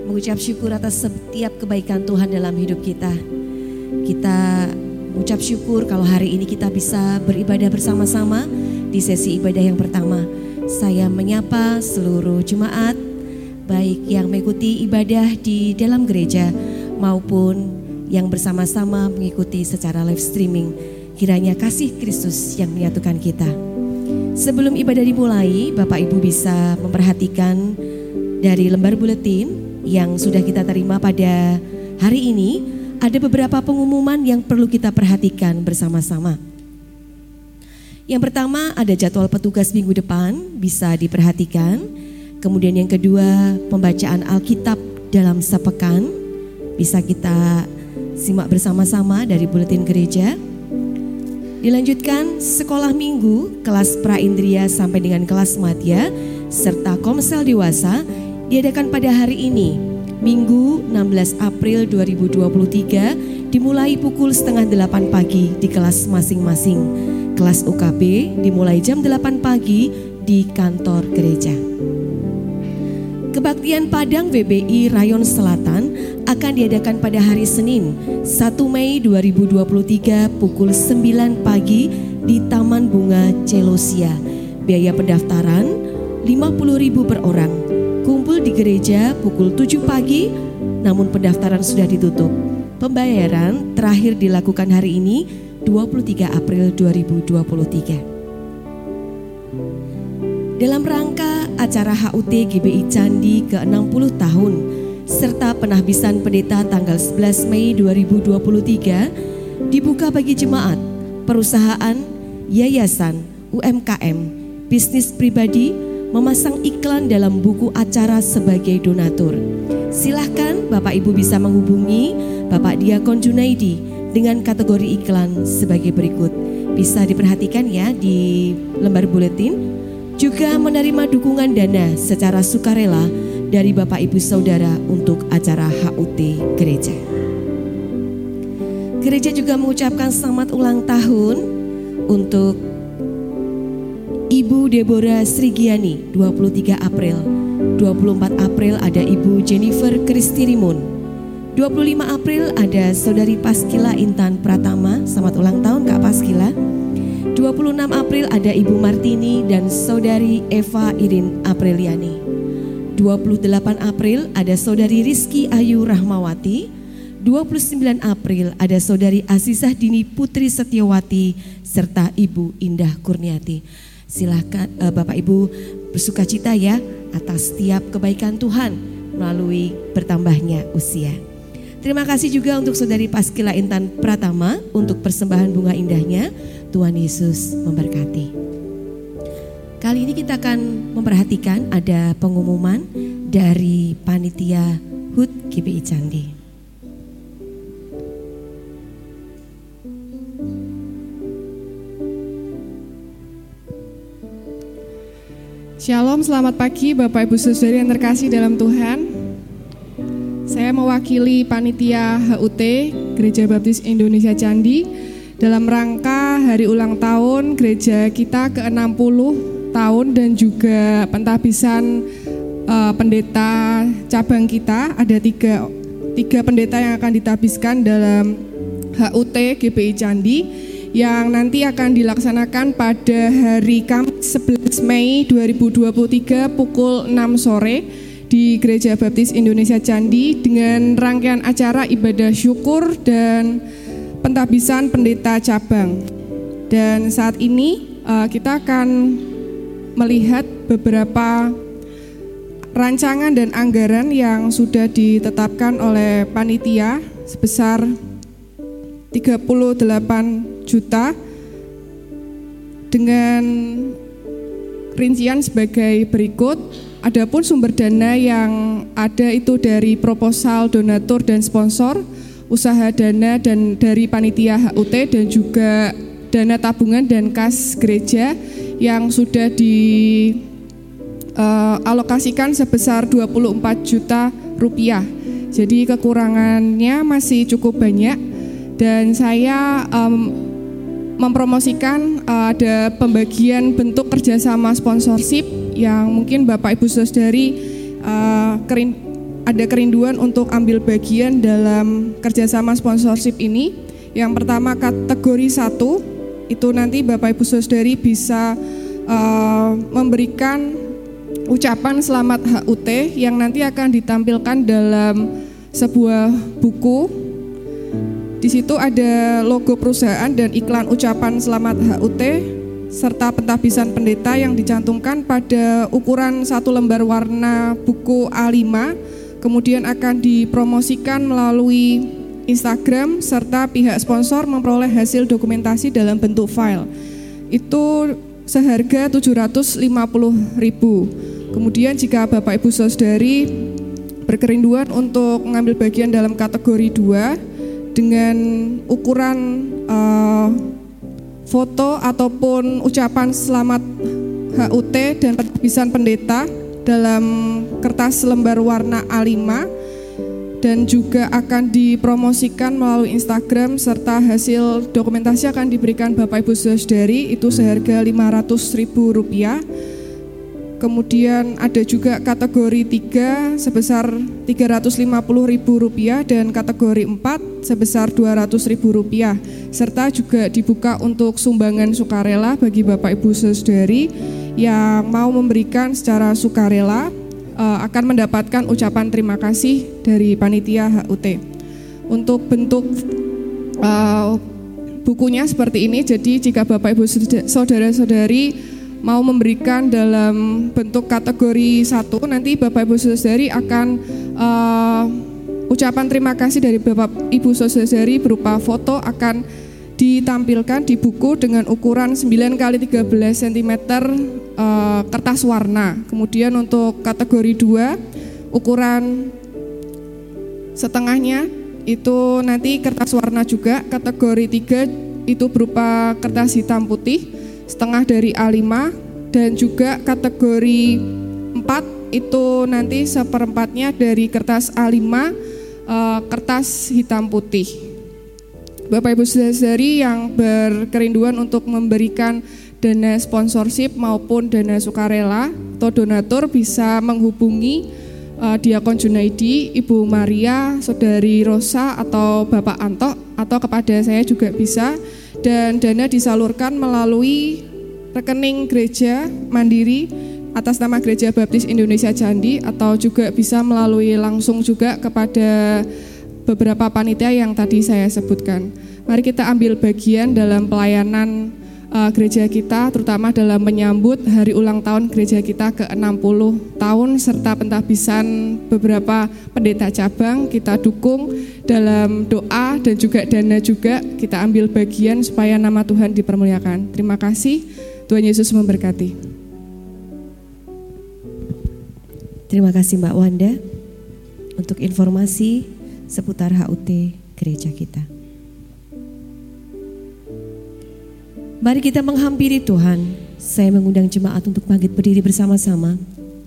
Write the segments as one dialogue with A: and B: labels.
A: mengucap syukur atas setiap kebaikan Tuhan dalam hidup kita. Kita mengucap syukur kalau hari ini kita bisa beribadah bersama-sama di sesi ibadah yang pertama. Saya menyapa seluruh jemaat, baik yang mengikuti ibadah di dalam gereja maupun yang bersama-sama mengikuti secara live streaming. Kiranya kasih Kristus yang menyatukan kita. Sebelum ibadah dimulai, Bapak Ibu bisa memperhatikan dari lembar buletin yang sudah kita terima pada hari ini. Ada beberapa pengumuman yang perlu kita perhatikan bersama-sama. Yang pertama ada jadwal petugas minggu depan, bisa diperhatikan. Kemudian yang kedua, pembacaan Alkitab dalam sepekan, bisa kita simak bersama-sama dari buletin gereja. Dilanjutkan sekolah minggu, kelas praindria sampai dengan kelas madya, serta komsel dewasa diadakan pada hari ini, Minggu 16 April 2023, dimulai pukul 7:30 pagi di kelas masing-masing. Kelas UKB dimulai jam 8 pagi di kantor gereja. Kebaktian Padang WBI Rayon Selatan akan diadakan pada hari Senin 1 Mei 2023 pukul 9 pagi di Taman Bunga Celosia. Biaya pendaftaran 50.000 per orang. Kumpul di gereja pukul 7 pagi, namun pendaftaran sudah ditutup. Pembayaran terakhir dilakukan hari ini 23 April 2023. Dalam rangka acara HUT GBI Candi ke-60 tahun serta penahbisan pendeta tanggal 11 Mei 2023 dibuka bagi jemaat, perusahaan, yayasan, UMKM, bisnis pribadi memasang iklan dalam buku acara sebagai donatur. Silahkan Bapak Ibu bisa menghubungi Bapak Diakon Junaidi dengan kategori iklan sebagai berikut. Bisa diperhatikan ya di lembar buletin. Juga menerima dukungan dana secara sukarela dari Bapak Ibu Saudara untuk acara HUT gereja. Gereja juga mengucapkan selamat ulang tahun untuk Ibu Deborah Srigiani 23 April. 24 April ada Ibu Jennifer Kristirimun. 25 April ada Saudari Paskila Intan Pratama, selamat ulang tahun Kak Paskila. 26 April ada Ibu Martini dan Saudari Eva Irin Apriliani. 28 April ada Saudari Rizky Ayu Rahmawati. 29 April ada Saudari Azizah Dini Putri Setiawati serta Ibu Indah Kurniati. Silakan Bapak Ibu bersukacita ya atas setiap kebaikan Tuhan melalui bertambahnya usia. Terima kasih juga untuk Saudari Paskila Intan Pratama untuk persembahan bunga indahnya. Tuhan Yesus memberkati. Kali ini kita akan memperhatikan ada pengumuman dari Panitia HUT GBI Candi.
B: Shalom, selamat pagi Bapak Ibu Saudari yang terkasih dalam Tuhan. Saya mewakili Panitia HUT Gereja Baptis Indonesia Candi dalam rangka hari ulang tahun gereja kita ke-60 tahun dan juga pentahbisan pendeta cabang kita. Ada tiga pendeta yang akan ditahbiskan dalam HUT GBI Candi yang nanti akan dilaksanakan pada hari Kamis 11 Mei 2023 pukul 6 sore di Gereja Baptis Indonesia Candi dengan rangkaian acara ibadah syukur dan pentahbisan pendeta cabang. Dan saat ini kita akan melihat beberapa rancangan dan anggaran yang sudah ditetapkan oleh panitia sebesar 38 juta dengan rincian sebagai berikut. Adapun sumber dana yang ada itu dari proposal donatur dan sponsor, usaha dana dan dari panitia HUT dan juga dana tabungan dan kas gereja yang sudah dialokasikan sebesar 24 juta rupiah. Jadi kekurangannya masih cukup banyak dan saya mempromosikan ada pembagian bentuk kerjasama sponsorship yang mungkin Bapak Ibu Saudari ada kerinduan untuk ambil bagian dalam kerjasama sponsorship ini. Yang pertama kategori 1, itu nanti Bapak Ibu Saudari bisa memberikan ucapan selamat HUT yang nanti akan ditampilkan dalam sebuah buku. Di situ ada logo perusahaan dan iklan ucapan selamat HUT serta pentabisan pendeta yang dicantumkan pada ukuran 1 lembar warna buku A5, kemudian akan dipromosikan melalui Instagram serta pihak sponsor memperoleh hasil dokumentasi dalam bentuk file. Itu seharga 750.000. Kemudian jika Bapak Ibu Saudari berkerinduan untuk mengambil bagian dalam kategori 2 dengan ukuran foto ataupun ucapan selamat HUT dan pentabisan pendeta dalam kertas lembar warna A5 dan juga akan dipromosikan melalui Instagram serta hasil dokumentasi akan diberikan Bapak Ibu Saudari, itu seharga Rp500.000. Kemudian ada juga kategori 3 sebesar Rp350.000 dan kategori 4 sebesar Rp200.000, serta juga dibuka untuk sumbangan sukarela bagi Bapak Ibu Saudari yang mau memberikan secara sukarela akan mendapatkan ucapan terima kasih dari panitia HUT. Untuk bentuk bukunya seperti ini, jadi jika Bapak Ibu Saudara-saudari mau memberikan dalam bentuk kategori 1, nanti Bapak Ibu Saudari akan ucapan terima kasih dari Bapak Ibu Saudari berupa foto akan ditampilkan di buku dengan ukuran 9x13 cm kertas warna. Kemudian untuk kategori 2 ukuran setengahnya itu nanti kertas warna juga. Kategori 3 itu berupa kertas hitam putih setengah dari A5, dan juga kategori 4 itu nanti seperempatnya dari kertas A5 kertas hitam putih. Bapak Ibu Saudari yang berkerinduan untuk memberikan dana sponsorship maupun dana sukarela atau donatur bisa menghubungi Diakon Junaidi, Ibu Maria, Saudari Rosa atau Bapak Anto, atau kepada saya juga bisa, dan dana disalurkan melalui rekening gereja mandiri atas nama Gereja Baptis Indonesia Candi, atau juga bisa melalui langsung juga kepada beberapa panitia yang tadi saya sebutkan. Mari kita ambil bagian dalam pelayanan gereja kita, terutama dalam menyambut hari ulang tahun gereja kita ke-60 tahun serta pentabisan beberapa pendeta cabang. Kita dukung dalam doa dan juga dana juga, kita ambil bagian supaya nama Tuhan dipermuliakan. Terima kasih, Tuhan Yesus memberkati.
A: Terima kasih Mbak Wanda untuk informasi seputar HUT gereja kita. Mari kita menghampiri Tuhan. Saya mengundang jemaat untuk bangkit berdiri bersama-sama.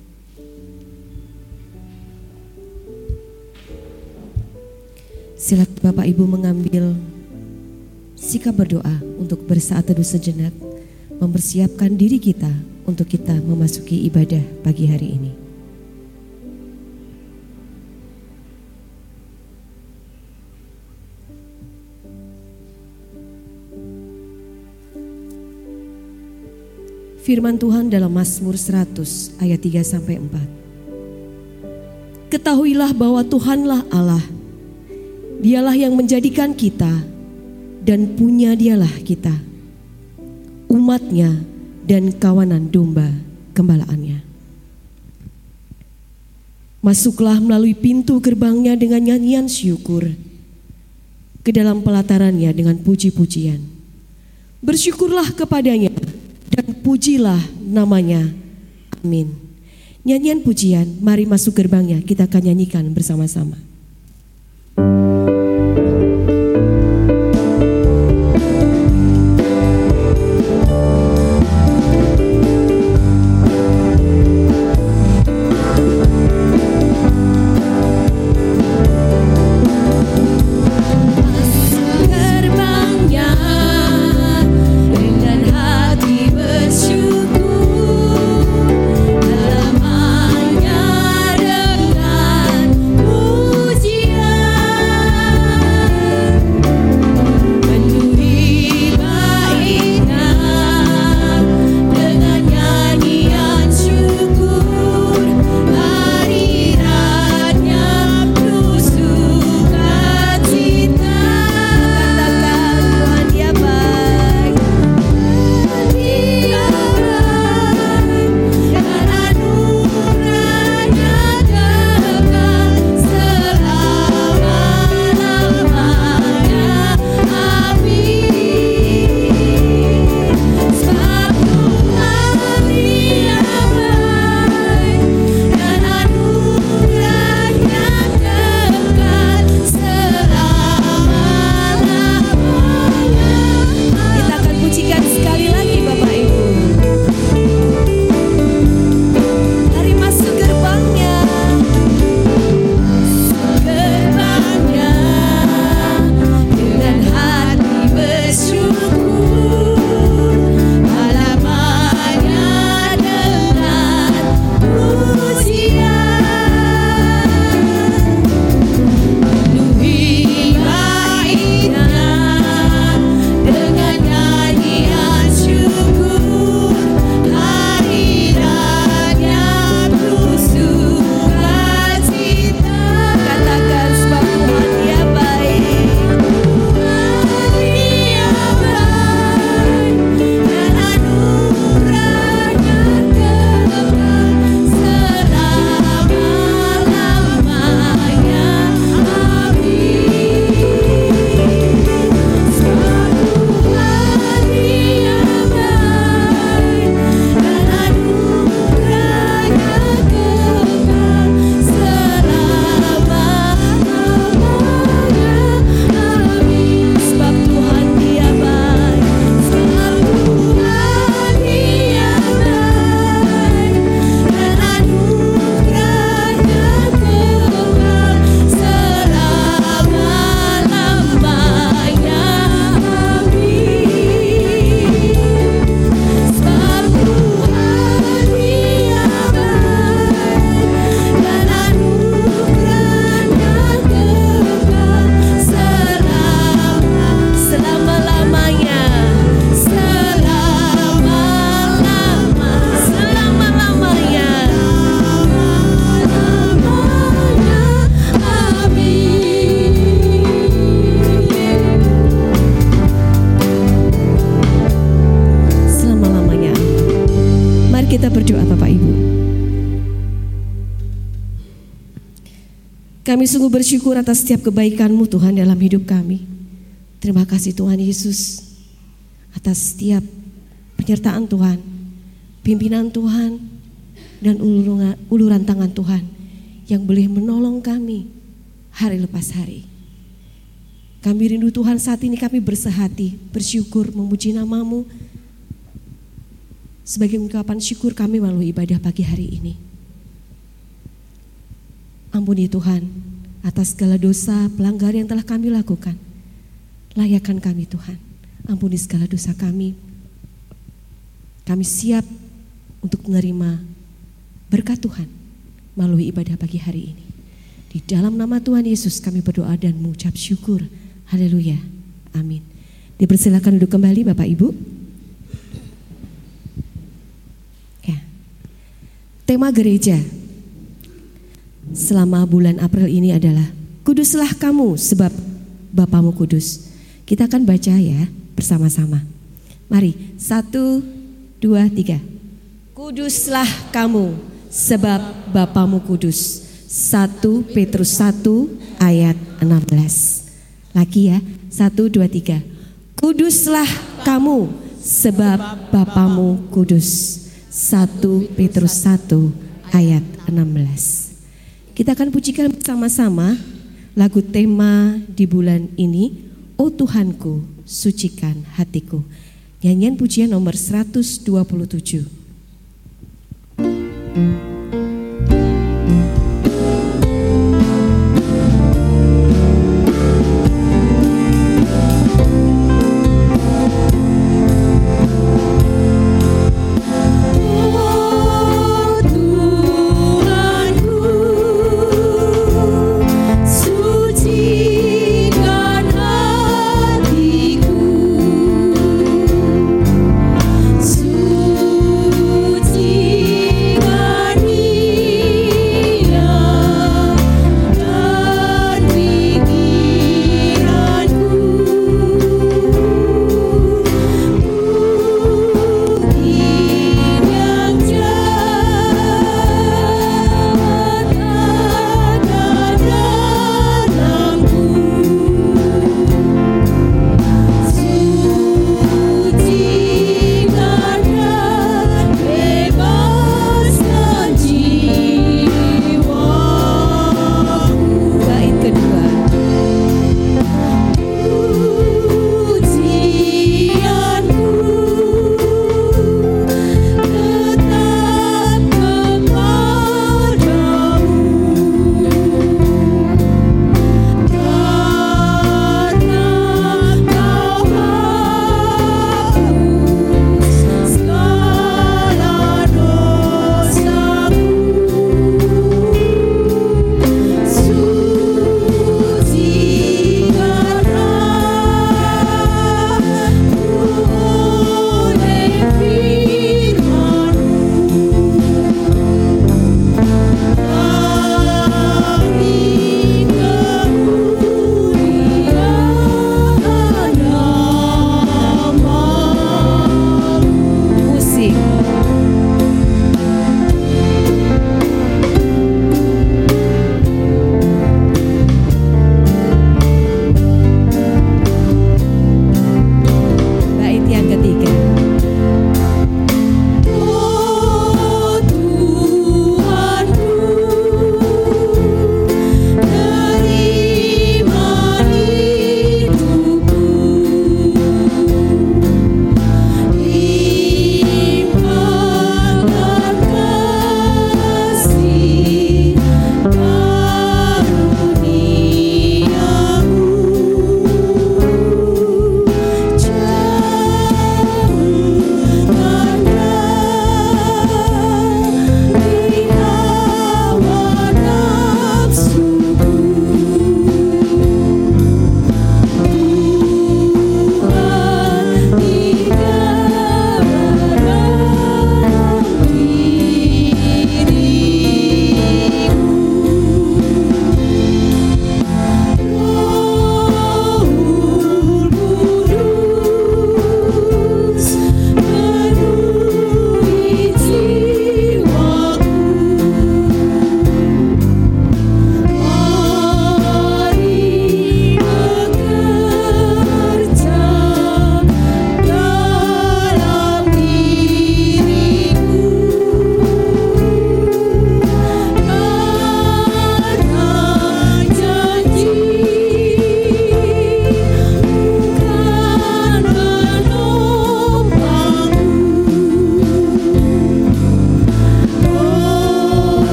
A: Silakan Bapak Ibu mengambil sikap berdoa untuk bersaat teduh sejenak, mempersiapkan diri kita untuk kita memasuki ibadah pagi hari ini. Firman Tuhan dalam Mazmur 100 ayat 3-4. Ketahuilah bahwa Tuhanlah Allah, Dialah yang menjadikan kita dan punya Dialah kita, umatnya dan kawanan domba gembalaannya. Masuklah melalui pintu gerbangnya dengan nyanyian syukur, ke dalam pelatarannya dengan puji-pujian. Bersyukurlah kepadanya dan pujilah namanya. Amin. Nyanyian pujian, mari masuk gerbangnya, kita akan nyanyikan bersama-sama. Kami sungguh bersyukur atas setiap kebaikan-Mu Tuhan dalam hidup kami. Terima kasih Tuhan Yesus atas setiap penyertaan Tuhan, pimpinan Tuhan, dan uluran tangan Tuhan yang boleh menolong kami hari lepas hari. Kami rindu Tuhan, saat ini kami bersehati, bersyukur, memuji nama-Mu sebagai ungkapan syukur kami melalui ibadah pagi hari ini. Ampuni Tuhan atas segala dosa, pelanggaran yang telah kami lakukan. Layakkan kami Tuhan, ampuni segala dosa kami. Kami siap untuk menerima berkat Tuhan melalui ibadah pagi hari ini. Di dalam nama Tuhan Yesus kami berdoa dan mengucap syukur. Haleluya, amin. Dipersilakan duduk kembali Bapak Ibu. Ya. Tema gereja selama bulan April ini adalah kuduslah kamu sebab Bapamu kudus. Kita akan baca ya bersama-sama. Mari, 1, 2, 3. Kuduslah kamu sebab Bapamu kudus. 1 Petrus 1 ayat 16. Lagi ya, 1, 2, 3. Kuduslah kamu sebab Bapamu kudus. 1 Petrus 1 ayat 16. Kita akan pujikan bersama-sama lagu tema di bulan ini, O Tuhanku, sucikan hatiku. Nyanyian pujian nomor 127.
C: Sucikan hatiku.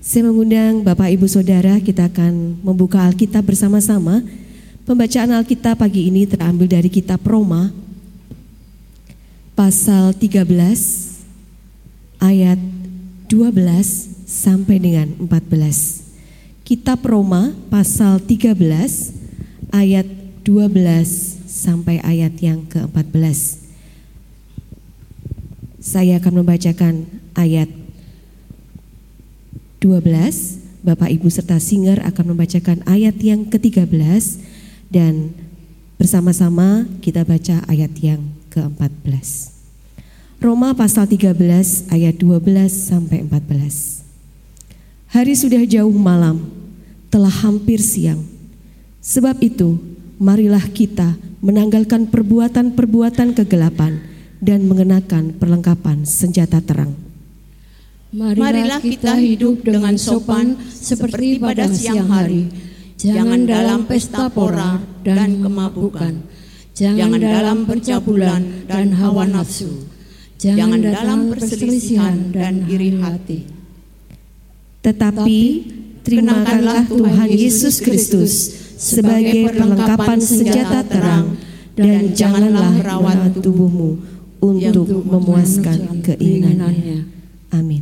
A: Saya mengundang Bapak Ibu Saudara, kita akan membuka Alkitab bersama-sama. Pembacaan Alkitab pagi ini terambil dari kitab Roma pasal 13 ayat 12 sampai dengan 14. Kitab Roma pasal 13 ayat 12 sampai ayat yang ke-14. Saya akan membacakan ayat 12, Bapak Ibu serta singer akan membacakan ayat yang ke-13 dan bersama-sama kita baca ayat yang ke-14. Roma pasal 13 ayat 12 sampai 14. Hari sudah jauh malam, telah hampir siang. Sebab itu, marilah kita menanggalkan perbuatan-perbuatan kegelapan dan mengenakan perlengkapan senjata terang.
C: Marilah kita hidup dengan sopan seperti pada siang hari. Jangan dalam pesta pora dan kemabukan. Jangan dalam percabulan dan hawa nafsu. Jangan dalam perselisihan dan iri hati.
A: Tetapi terimakanlah Tuhan Yesus Kristus sebagai perlengkapan senjata terang, dan janganlah rawat tubuhmu untuk memuaskan keinginannya. Amin.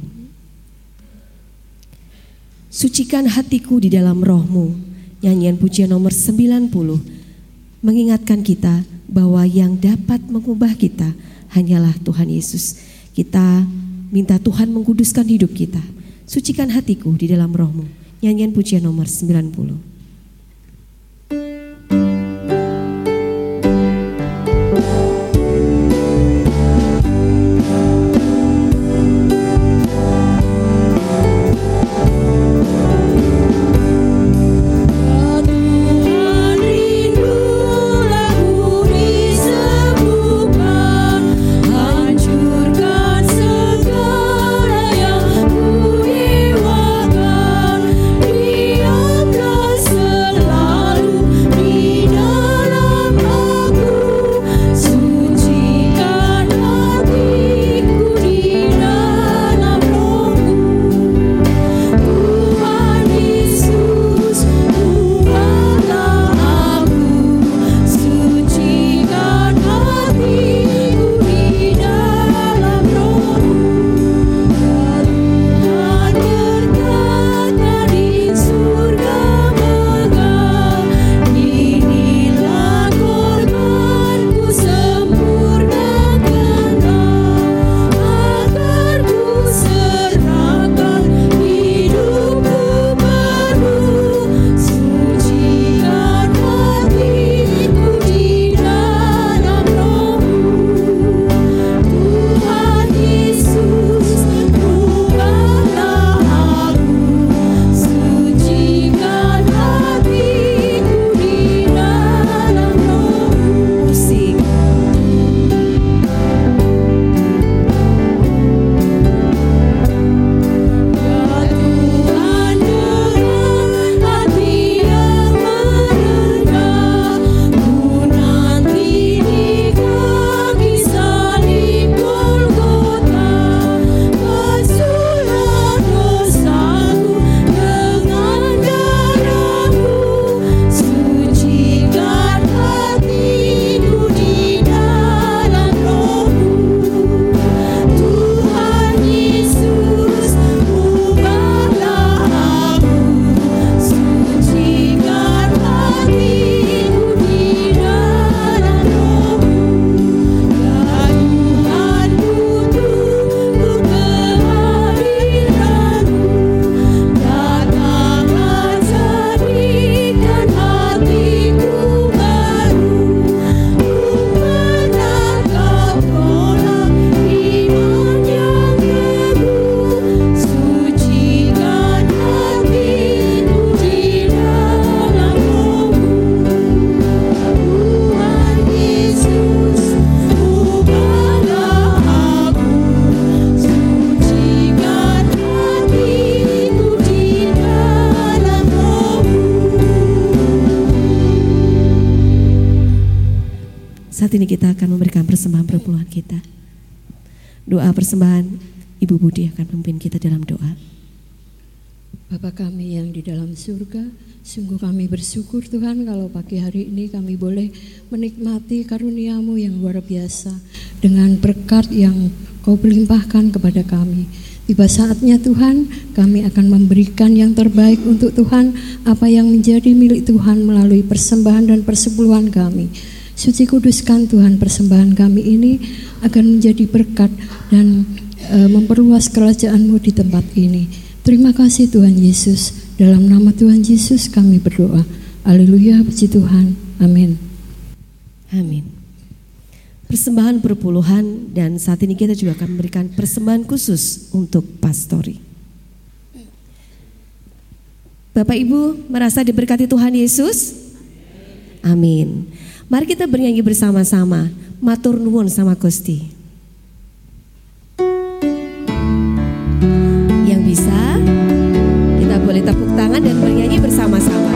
A: Sucikan hatiku di dalam rohmu. Nyanyian pujian nomor 90 mengingatkan kita bahwa yang dapat mengubah kita hanyalah Tuhan Yesus. Kita minta Tuhan mengkuduskan hidup kita. Sucikan hatiku di dalam rohmu. Nyanyian pujian nomor 90. Saat ini kita akan memberikan persembahan perpuluhan kita. Doa persembahan, Ibu Budi akan memimpin kita dalam doa.
C: Bapa kami yang di dalam surga, sungguh kami bersyukur Tuhan kalau pagi hari ini kami boleh menikmati karunia-Mu yang luar biasa dengan berkat yang Kau limpahkan kepada kami. Tiba saatnya Tuhan, kami akan memberikan yang terbaik untuk Tuhan, apa yang menjadi milik Tuhan melalui persembahan dan persepuluhan kami. Suci kuduskan Tuhan persembahan kami ini agar menjadi berkat dan memperluas kerajaan-Mu di tempat ini. Terima kasih Tuhan Yesus, dalam nama Tuhan Yesus kami berdoa. Haleluya, puji Tuhan, amin.
A: Amin. Persembahan perpuluhan, dan saat ini kita juga akan memberikan persembahan khusus untuk pastori. Bapak Ibu merasa diberkati Tuhan Yesus? Amin. Mari kita bernyanyi bersama-sama, matur nuwun sama Gusti. Yang bisa, kita boleh tepuk tangan dan bernyanyi bersama-sama.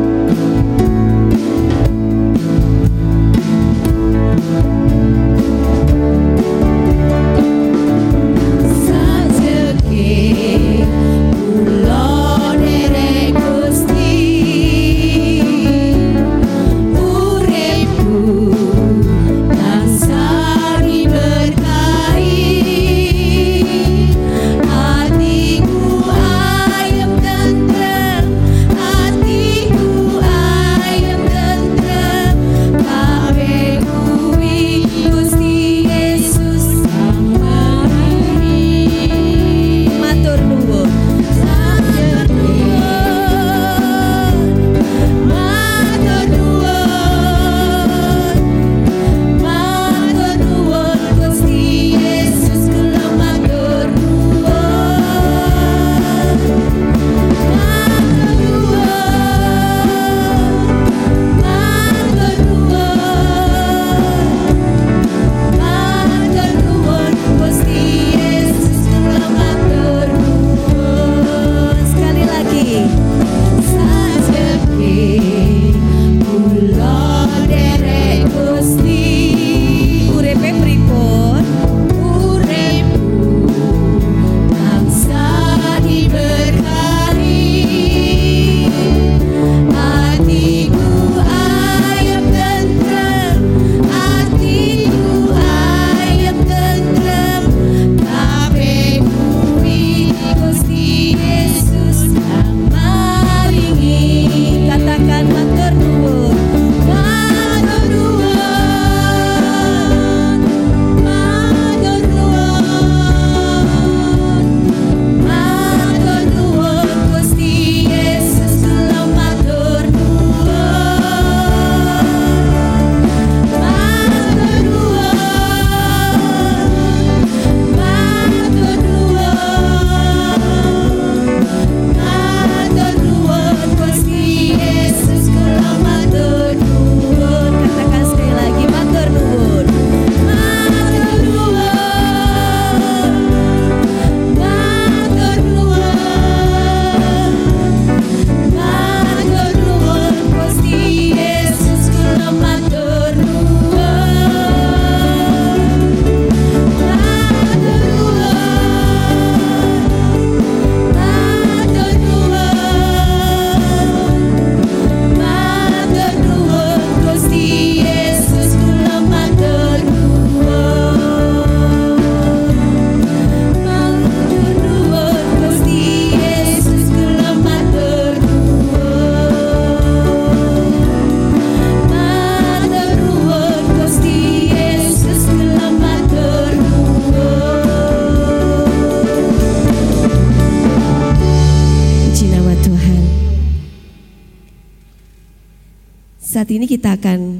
A: Saat ini kita akan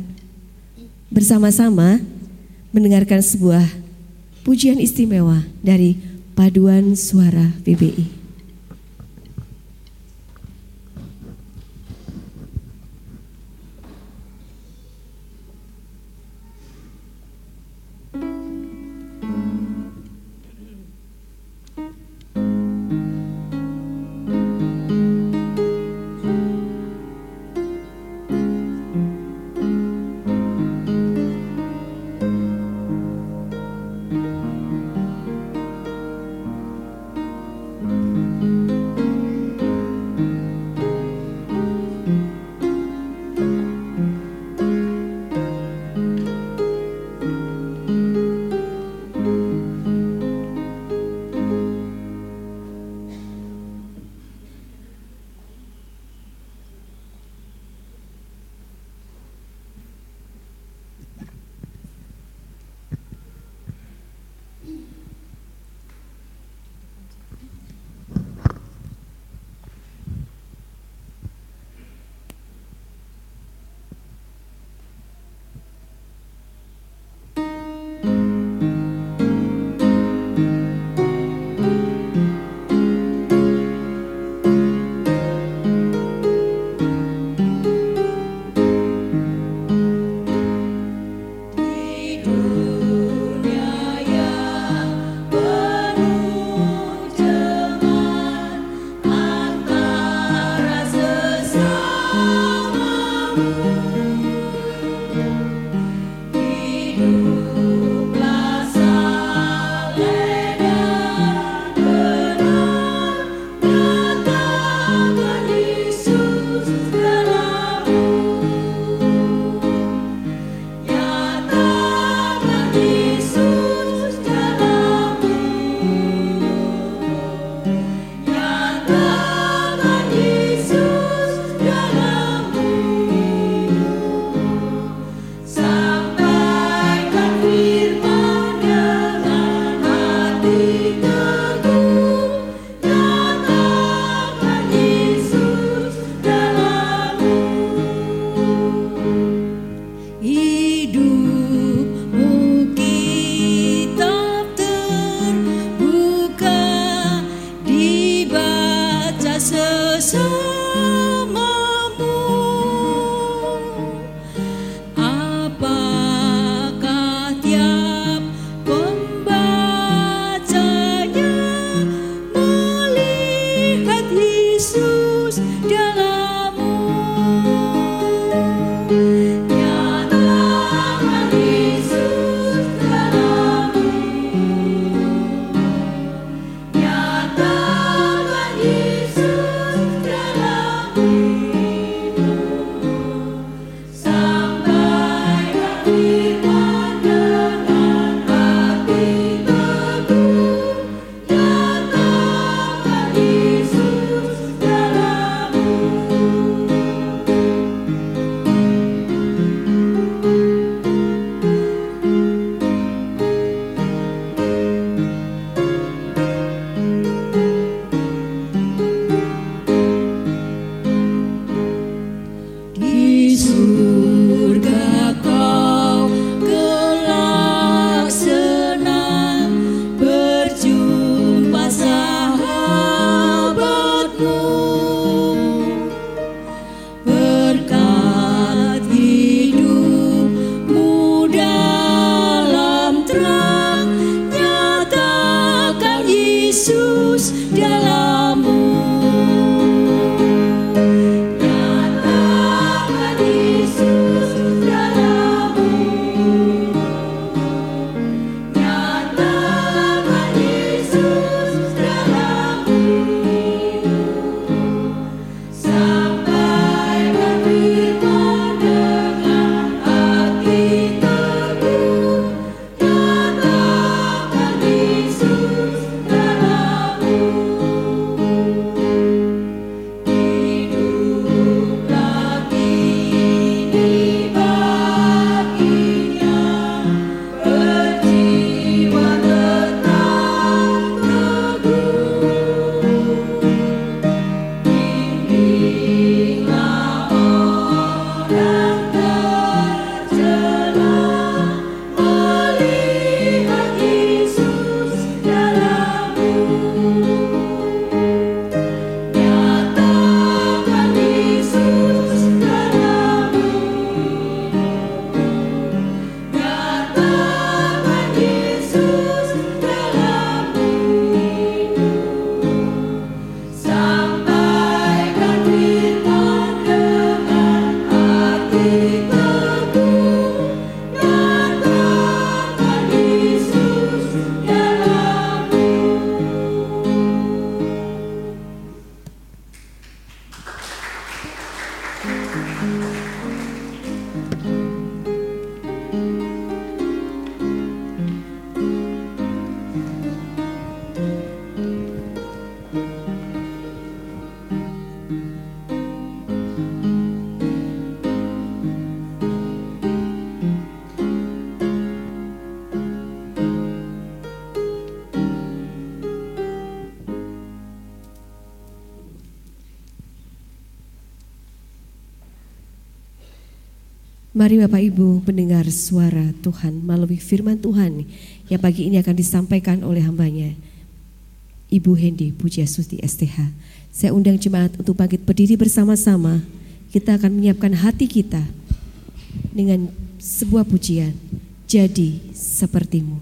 A: bersama-sama mendengarkan sebuah pujian istimewa dari Paduan Suara PBI. Mari Bapak Ibu mendengar suara Tuhan melalui firman Tuhan yang pagi ini akan disampaikan oleh hambanya Ibu Hendy Pujiastuti STH. Saya undang jemaat untuk bangkit berdiri bersama-sama. Kita akan menyiapkan hati kita dengan sebuah pujian, Jadi Sepertimu.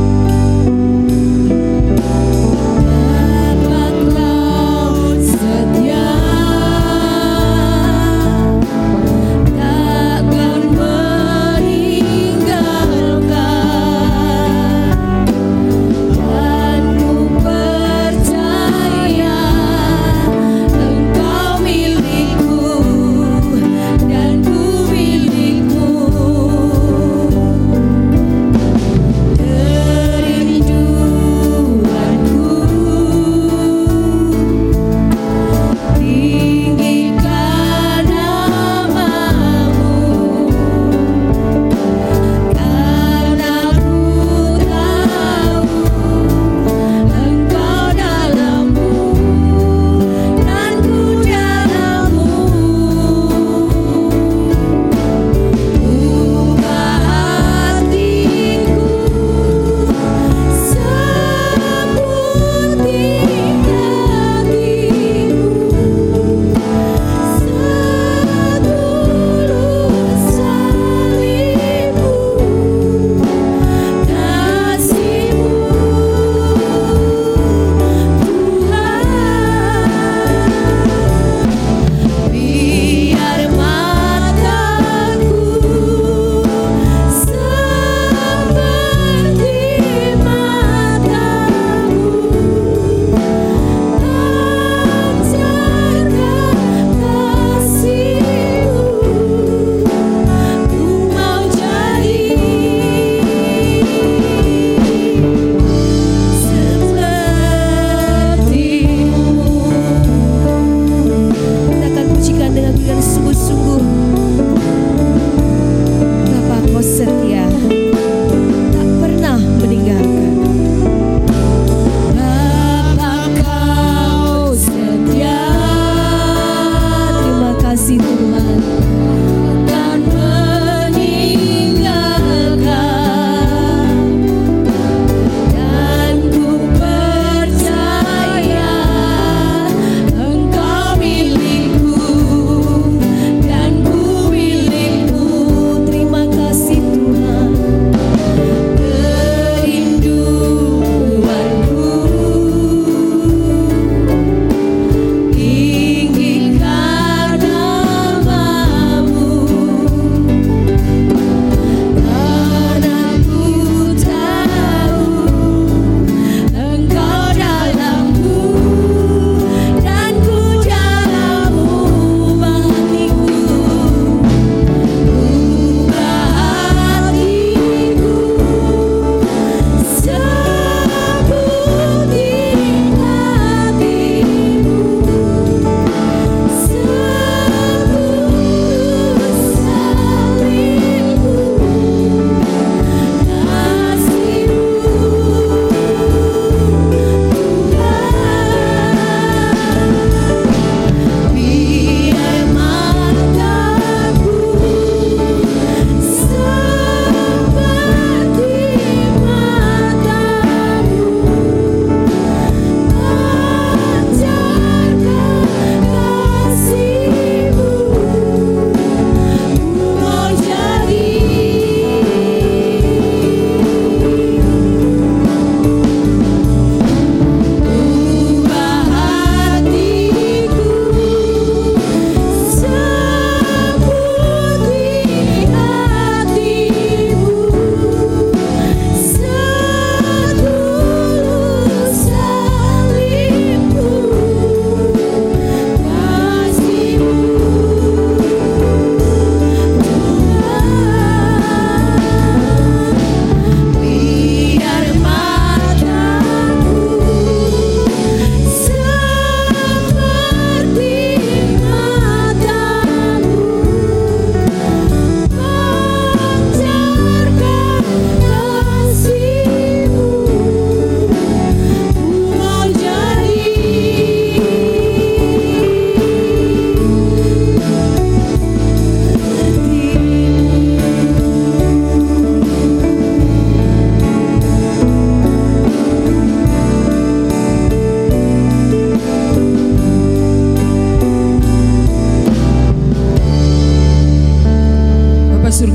C: Dapatkah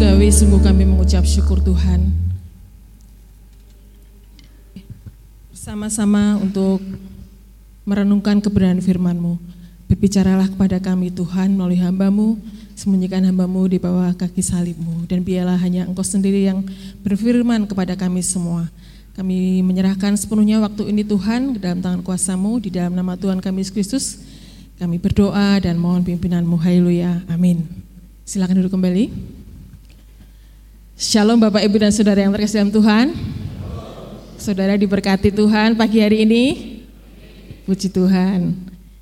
D: surgawi, sungguh kami mengucap syukur Tuhan. Bersama-sama untuk merenungkan kebenaran firman-Mu. Berbicaralah kepada kami Tuhan melalui hamba-Mu, sembunyikan hamba-Mu di bawah kaki salib-Mu. Dan biarlah hanya Engkau sendiri yang berfirman kepada kami semua. Kami menyerahkan sepenuhnya waktu ini Tuhan ke dalam tangan kuasa-Mu, di dalam nama Tuhan kami Yesus Kristus. Kami berdoa dan mohon pimpinan-Mu. Haleluya, amin. Silakan duduk kembali. Shalom Bapak Ibu dan Saudara yang terkasih dalam Tuhan. Saudara diberkati Tuhan pagi hari ini. Puji Tuhan.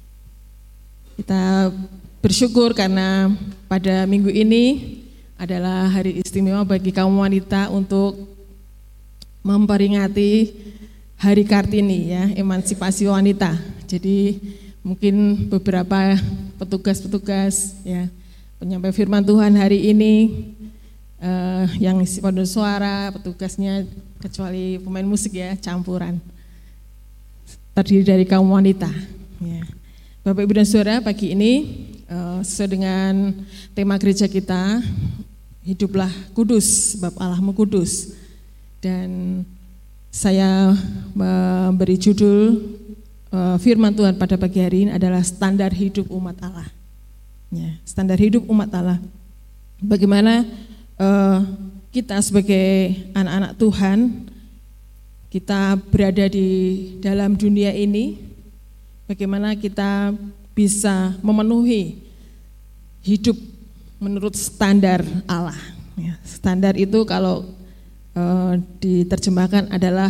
D: Kita bersyukur karena pada minggu ini adalah hari istimewa bagi kaum wanita untuk memperingati Hari Kartini ya, emansipasi wanita. Jadi mungkin beberapa petugas-petugas ya, penyampai firman Tuhan hari ini yang isi paduan suara, petugasnya kecuali pemain musik ya, campuran. Terdiri dari kaum wanita. Ya. Bapak Ibu dan Saudara, pagi ini sesuai dengan tema gereja kita, hiduplah kudus, sebab Allahmu kudus. Dan saya memberi judul firman Tuhan pada pagi hari ini adalah standar hidup umat Allah. Ya, standar hidup umat Allah. Bagaimana kita sebagai anak-anak Tuhan, kita berada di dalam dunia ini, bagaimana kita bisa memenuhi hidup menurut standar Allah. Ya, standar itu kalau diterjemahkan adalah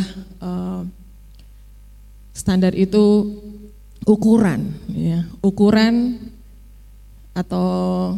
D: standar itu ukuran, ya, ukuran atau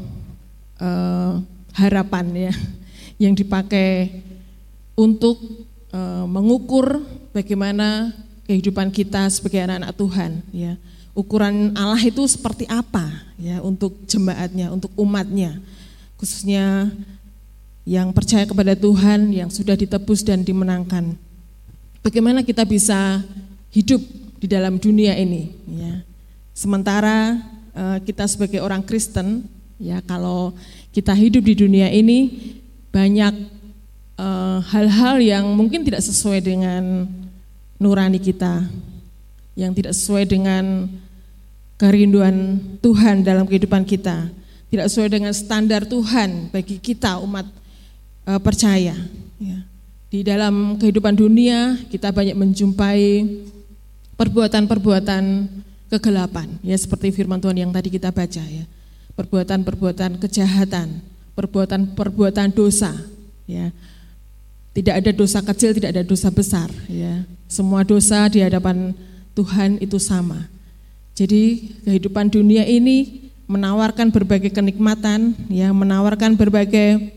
D: harapan ya, yang dipakai untuk mengukur bagaimana kehidupan kita sebagai anak-anak Tuhan ya. Ukuran Allah itu seperti apa ya untuk jemaatnya, untuk umatnya, khususnya yang percaya kepada Tuhan, yang sudah ditebus dan dimenangkan. Bagaimana kita bisa hidup di dalam dunia ini ya. Sementara kita sebagai orang Kristen ya, kalau kita hidup di dunia ini banyak hal-hal yang mungkin tidak sesuai dengan nurani kita, yang tidak sesuai dengan kerinduan Tuhan dalam kehidupan kita, tidak sesuai dengan standar Tuhan bagi kita umat percaya. Ya. Di dalam kehidupan dunia kita banyak menjumpai perbuatan-perbuatan kegelapan, ya seperti firman Tuhan yang tadi kita baca ya, perbuatan-perbuatan kejahatan, perbuatan-perbuatan dosa, ya. Tidak ada dosa kecil, tidak ada dosa besar, ya. Semua dosa di hadapan Tuhan itu sama. Jadi kehidupan dunia ini menawarkan berbagai kenikmatan, ya, menawarkan berbagai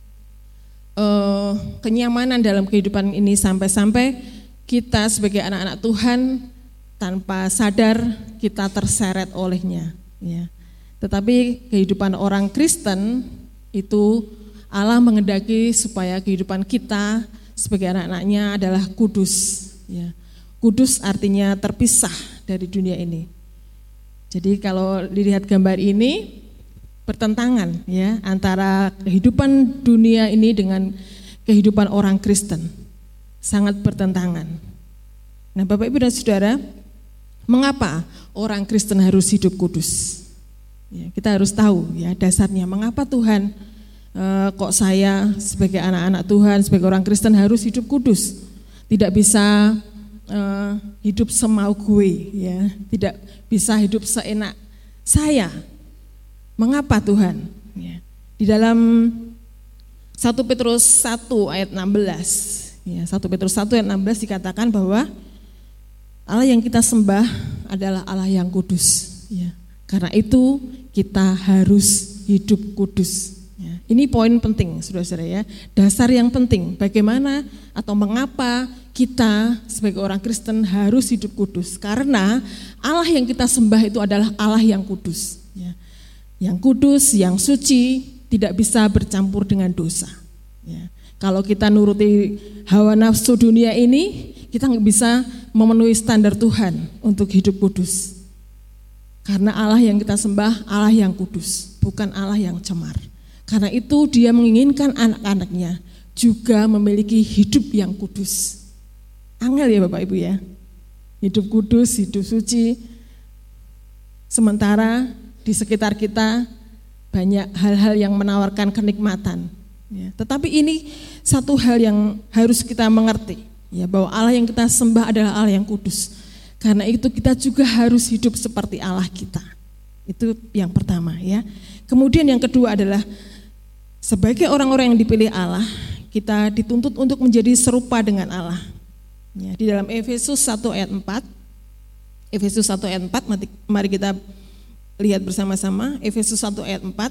D: kenyamanan dalam kehidupan ini sampai-sampai kita sebagai anak-anak Tuhan tanpa sadar kita terseret olehnya. Ya. Tetapi kehidupan orang Kristen itu Allah menghendaki supaya kehidupan kita sebagai anak-anaknya adalah kudus. Ya. Kudus artinya terpisah dari dunia ini. Jadi kalau dilihat gambar ini bertentangan ya antara kehidupan dunia ini dengan kehidupan orang Kristen. Sangat bertentangan. Nah, Bapak Ibu dan Saudara, mengapa orang Kristen harus hidup kudus? Ya, kita harus tahu ya dasarnya mengapa Tuhan kok saya sebagai anak-anak Tuhan, sebagai orang Kristen harus hidup kudus. Tidak bisa hidup semau gue ya, tidak bisa hidup seenak saya. Mengapa Tuhan? Ya. Di dalam 1 Petrus 1 ayat 16, ya, 1 Petrus 1 ayat 16 dikatakan bahwa Allah yang kita sembah adalah Allah yang kudus. Ya. Karena itu kita harus hidup kudus. Ya. Ini poin penting, saudara-saudara ya. Dasar yang penting, bagaimana atau mengapa kita sebagai orang Kristen harus hidup kudus. Karena Allah yang kita sembah itu adalah Allah yang kudus. Ya. Yang kudus, yang suci, tidak bisa bercampur dengan dosa. Ya. Kalau kita nuruti hawa nafsu dunia ini, kita nggak bisa memenuhi standar Tuhan untuk hidup kudus. Karena Allah yang kita sembah, Allah yang kudus, bukan Allah yang cemar. Karena itu Dia menginginkan anak-anaknya juga memiliki hidup yang kudus. Angel ya Bapak Ibu ya. Hidup kudus, hidup suci. Sementara di sekitar kita banyak hal-hal yang menawarkan kenikmatan. Ya, tetapi ini satu hal yang harus kita mengerti, ya, bahwa Allah yang kita sembah adalah Allah yang kudus. Karena itu kita juga harus hidup seperti Allah kita. Itu yang pertama ya. Kemudian yang kedua adalah sebagai orang-orang yang dipilih Allah, kita dituntut untuk menjadi serupa dengan Allah. Ya, di dalam Efesus 1 ayat 4, Efesus 1 ayat 4, mari kita lihat bersama-sama. Efesus 1 ayat 4.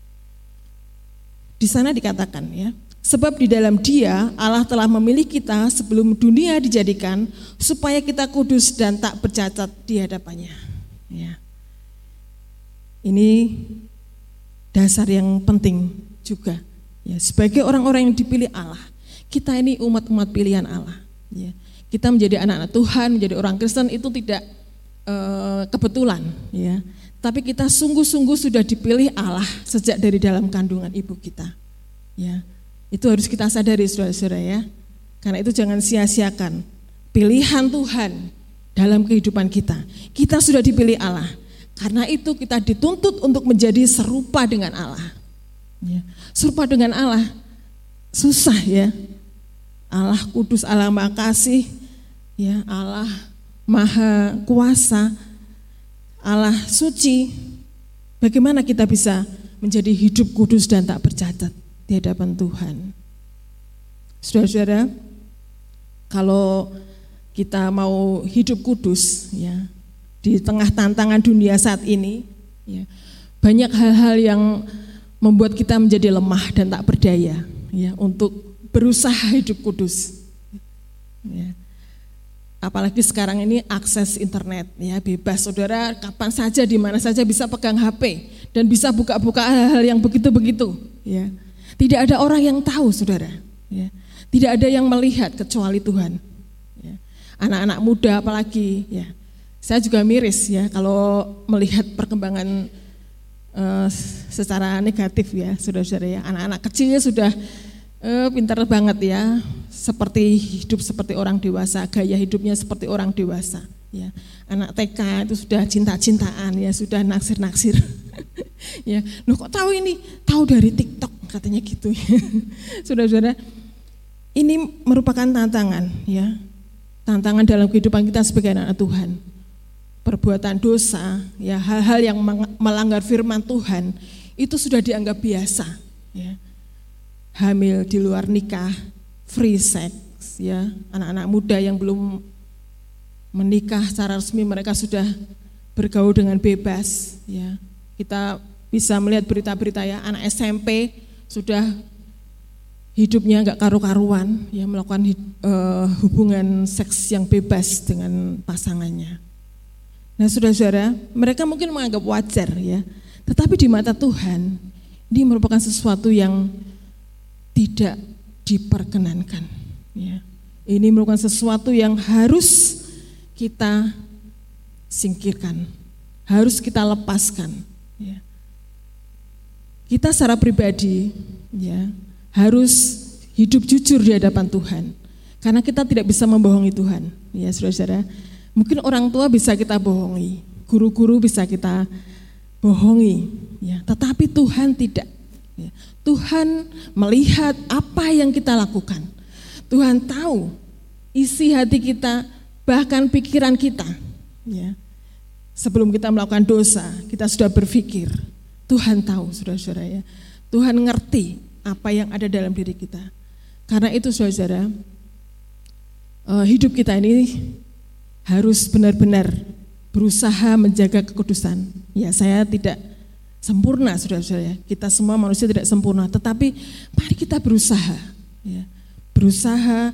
D: Di sana dikatakan ya, sebab di dalam Dia Allah telah memilih kita sebelum dunia dijadikan supaya kita kudus dan tak bercacat di hadapannya. Ya. Ini dasar yang penting juga. Ya, sebagai orang-orang yang dipilih Allah, kita ini umat-umat pilihan Allah. Ya. Kita menjadi anak-anak Tuhan, menjadi orang Kristen itu tidak kebetulan. Ya. Tapi kita sungguh-sungguh sudah dipilih Allah sejak dari dalam kandungan ibu kita. Ya, itu harus kita sadari saudara-saudara ya. Karena itu jangan sia-siakan pilihan Tuhan dalam kehidupan kita. Kita sudah dipilih Allah. Karena itu kita dituntut untuk menjadi serupa dengan Allah. Ya, serupa dengan Allah susah ya. Allah kudus, Allah maha kasih, ya, Allah maha kuasa, Allah suci. Bagaimana kita bisa menjadi hidup kudus dan tak bercacat di hadapan Tuhan? Saudara-saudara, kalau kita mau hidup kudus ya, di tengah tantangan dunia saat ini ya, banyak hal-hal yang membuat kita menjadi lemah dan tak berdaya ya, untuk berusaha hidup kudus ya. Apalagi sekarang ini akses internet ya, bebas saudara, kapan saja di mana saja bisa pegang HP dan bisa buka-buka hal-hal yang begitu-begitu ya. Tidak ada orang yang tahu saudara ya. Tidak ada yang melihat kecuali Tuhan ya. Anak-anak muda apalagi ya. Saya juga miris ya kalau melihat perkembangan secara negatif ya saudara-saudara ya. Anak-anak kecil sudah pintar banget ya, seperti hidup seperti orang dewasa, gaya hidupnya seperti orang dewasa ya. Anak TK itu sudah cinta-cintaan ya, sudah naksir-naksir ya. Loh kok tahu ini? Tahu dari TikTok katanya gitu ya. Saudara-saudara, ini merupakan tantangan ya. Tantangan dalam kehidupan kita sebagai anak Tuhan. Perbuatan dosa ya, hal-hal yang melanggar firman Tuhan itu sudah dianggap biasa ya. Hamil di luar nikah, free sex ya, anak-anak muda yang belum menikah secara resmi mereka sudah bergaul dengan bebas ya. Kita bisa melihat berita-berita ya, anak SMP sudah hidupnya enggak karu-karuan ya, melakukan hubungan seks yang bebas dengan pasangannya. Nah, saudara-saudara, mereka mungkin menganggap wajar ya, tetapi di mata Tuhan ini merupakan sesuatu yang tidak diperkenankan ya. Ini merupakan sesuatu yang harus kita singkirkan, harus kita lepaskan ya. Kita secara pribadi ya harus hidup jujur di hadapan Tuhan, karena kita tidak bisa membohongi Tuhan ya saudara-saudara. Mungkin orang tua bisa kita bohongi, guru-guru bisa kita bohongi ya, tetapi Tuhan tidak. Tuhan melihat apa yang kita lakukan. Tuhan tahu isi hati kita, bahkan pikiran kita. Ya. Sebelum kita melakukan dosa, kita sudah berpikir. Tuhan tahu, saudara-saudara ya. Tuhan ngerti apa yang ada dalam diri kita. Karena itu, saudara-saudara, hidup kita ini harus benar-benar berusaha menjaga kekudusan. Ya, saya tidak sempurna saudara-saudara, kita semua manusia tidak sempurna, tetapi mari kita berusaha ya, berusaha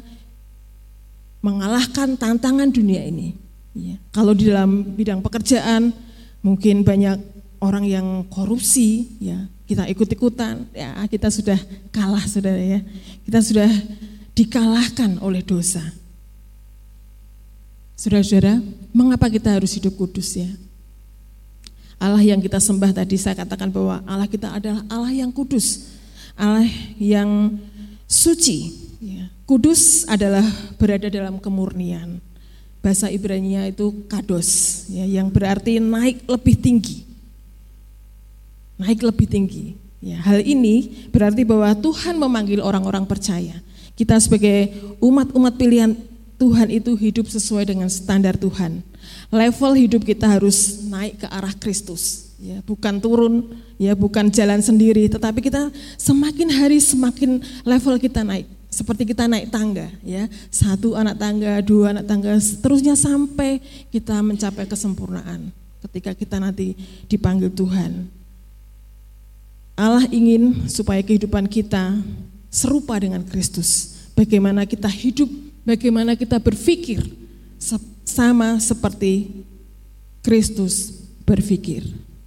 D: mengalahkan tantangan dunia ini ya. Kalau di dalam bidang pekerjaan mungkin banyak orang yang korupsi ya, kita ikut-ikutan ya, kita sudah kalah saudara ya, kita sudah dikalahkan oleh dosa. Saudara-saudara, mengapa kita harus hidup kudus ya? Allah yang kita sembah tadi, saya katakan bahwa Allah kita adalah Allah yang kudus, Allah yang suci. Kudus adalah berada dalam kemurnian. Bahasa Ibrani-nya itu kados, yang berarti naik lebih tinggi. Naik lebih tinggi. Hal ini berarti bahwa Tuhan memanggil orang-orang percaya. Kita sebagai umat-umat pilihan Tuhan itu hidup sesuai dengan standar Tuhan. Level hidup kita harus naik ke arah Kristus, bukan turun, bukan jalan sendiri, tetapi kita semakin hari semakin level kita naik. Seperti kita naik tangga, 1 anak tangga, 2 anak tangga, seterusnya sampai kita mencapai kesempurnaan. Ketika kita nanti dipanggil Tuhan, Allah ingin supaya kehidupan kita serupa dengan Kristus. Bagaimana kita hidup, bagaimana kita berpikir sama seperti Kristus berpikir.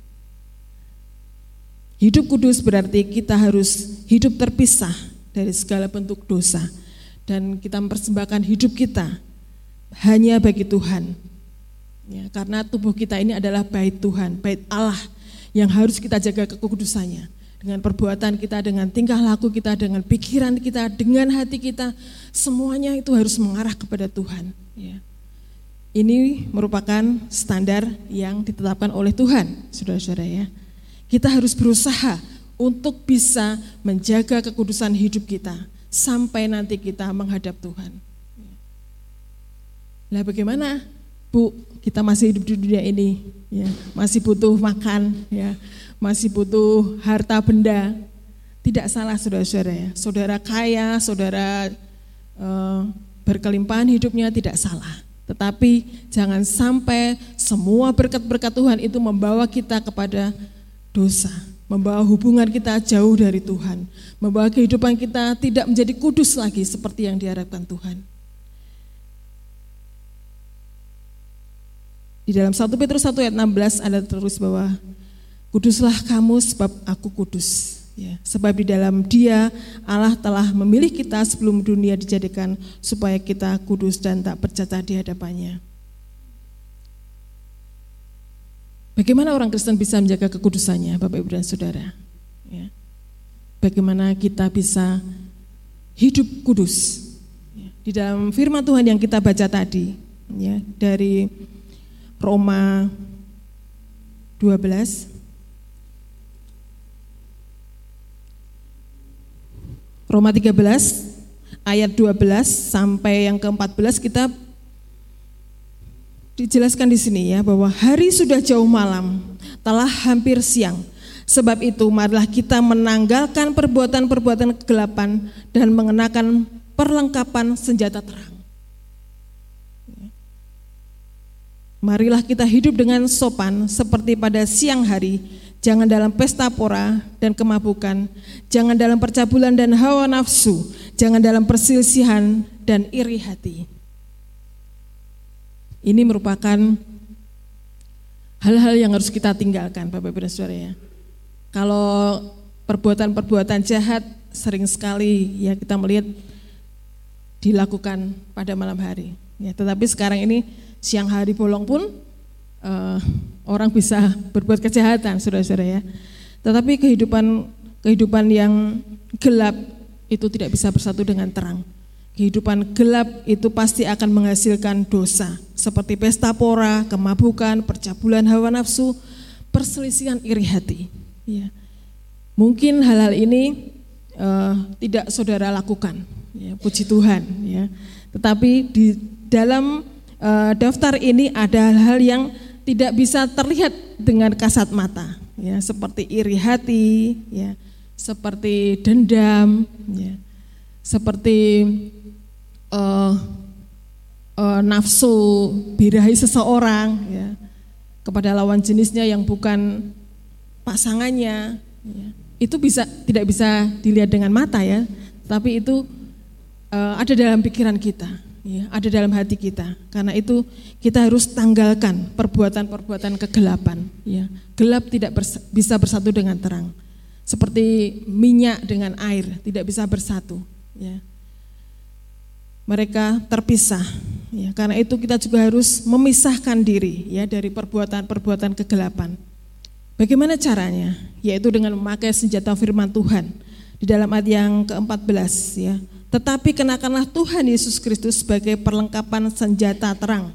D: Hidup kudus berarti kita harus hidup terpisah dari segala bentuk dosa, dan kita mempersembahkan hidup kita hanya bagi Tuhan. Karena tubuh kita ini adalah bait Tuhan, bait Allah yang harus kita jaga kekudusannya. Dengan perbuatan kita, dengan tingkah laku kita, dengan pikiran kita, dengan hati kita, semuanya itu harus mengarah kepada Tuhan. Ini merupakan standar yang ditetapkan oleh Tuhan, saudara-saudara ya. Kita harus berusaha untuk bisa menjaga kekudusan hidup kita sampai nanti kita menghadap Tuhan. Lah bagaimana, Bu? Kita masih hidup di dunia ini, masih butuh makan, masih butuh harta benda. Tidak salah saudara-saudara ya. Saudara kaya, saudara berkelimpahan hidupnya tidak salah. Tetapi jangan sampai semua berkat-berkat Tuhan itu membawa kita kepada dosa, membawa hubungan kita jauh dari Tuhan, membawa kehidupan kita tidak menjadi kudus lagi seperti yang diharapkan Tuhan. Di dalam 1 Petrus 1 ayat 16 ada tertulis bahwa kuduslah kamu sebab aku kudus. Sebab di dalam Dia Allah telah memilih kita sebelum dunia dijadikan supaya kita kudus dan tak bercacat di hadapannya. Bagaimana orang Kristen bisa menjaga kekudusannya, Bapak Ibu dan Saudara? Bagaimana kita bisa hidup kudus? Di dalam firman Tuhan yang kita baca tadi, dari Roma 12, Roma 13 ayat 12 sampai yang ke-14 kita dijelaskan di sini bahwa hari sudah jauh malam, telah hampir siang. Sebab itu marilah kita menanggalkan perbuatan-perbuatan kegelapan dan mengenakan perlengkapan senjata terang. Marilah kita hidup dengan sopan seperti pada siang hari, jangan dalam pesta pora dan kemabukan, jangan dalam percabulan dan hawa nafsu, jangan dalam perselisihan dan iri hati. Ini merupakan hal-hal yang harus kita tinggalkan, Bapak Ibu dan Saudara ya. Kalau perbuatan-perbuatan jahat sering sekali kita melihat dilakukan pada malam hari. Tetapi sekarang ini siang hari bolong pun orang bisa berbuat kejahatan, saudara-saudara ya. Tetapi kehidupan yang gelap itu tidak bisa bersatu dengan terang. Kehidupan gelap itu pasti akan menghasilkan dosa, seperti pesta pora, kemabukan, percabulan hawa nafsu, perselisihan iri hati. Mungkin hal-hal ini tidak saudara lakukan, puji Tuhan. Tetapi di dalam daftar ini ada hal-hal yang tidak bisa terlihat dengan kasat mata, seperti iri hati, seperti dendam, seperti nafsu birahi seseorang kepada lawan jenisnya yang bukan pasangannya. Itu tidak bisa dilihat dengan mata tapi itu ada dalam pikiran kita. Ada dalam hati kita. Karena itu kita harus tanggalkan perbuatan-perbuatan kegelapan. Gelap tidak bisa bersatu dengan terang. Seperti minyak dengan air tidak bisa bersatu. Mereka terpisah. Karena itu kita juga harus memisahkan diri dari perbuatan-perbuatan kegelapan. Bagaimana caranya? Yaitu dengan memakai senjata firman Tuhan. Di dalam ayat yang ke-14 ya. Tetapi kenakanlah Tuhan Yesus Kristus sebagai perlengkapan senjata terang.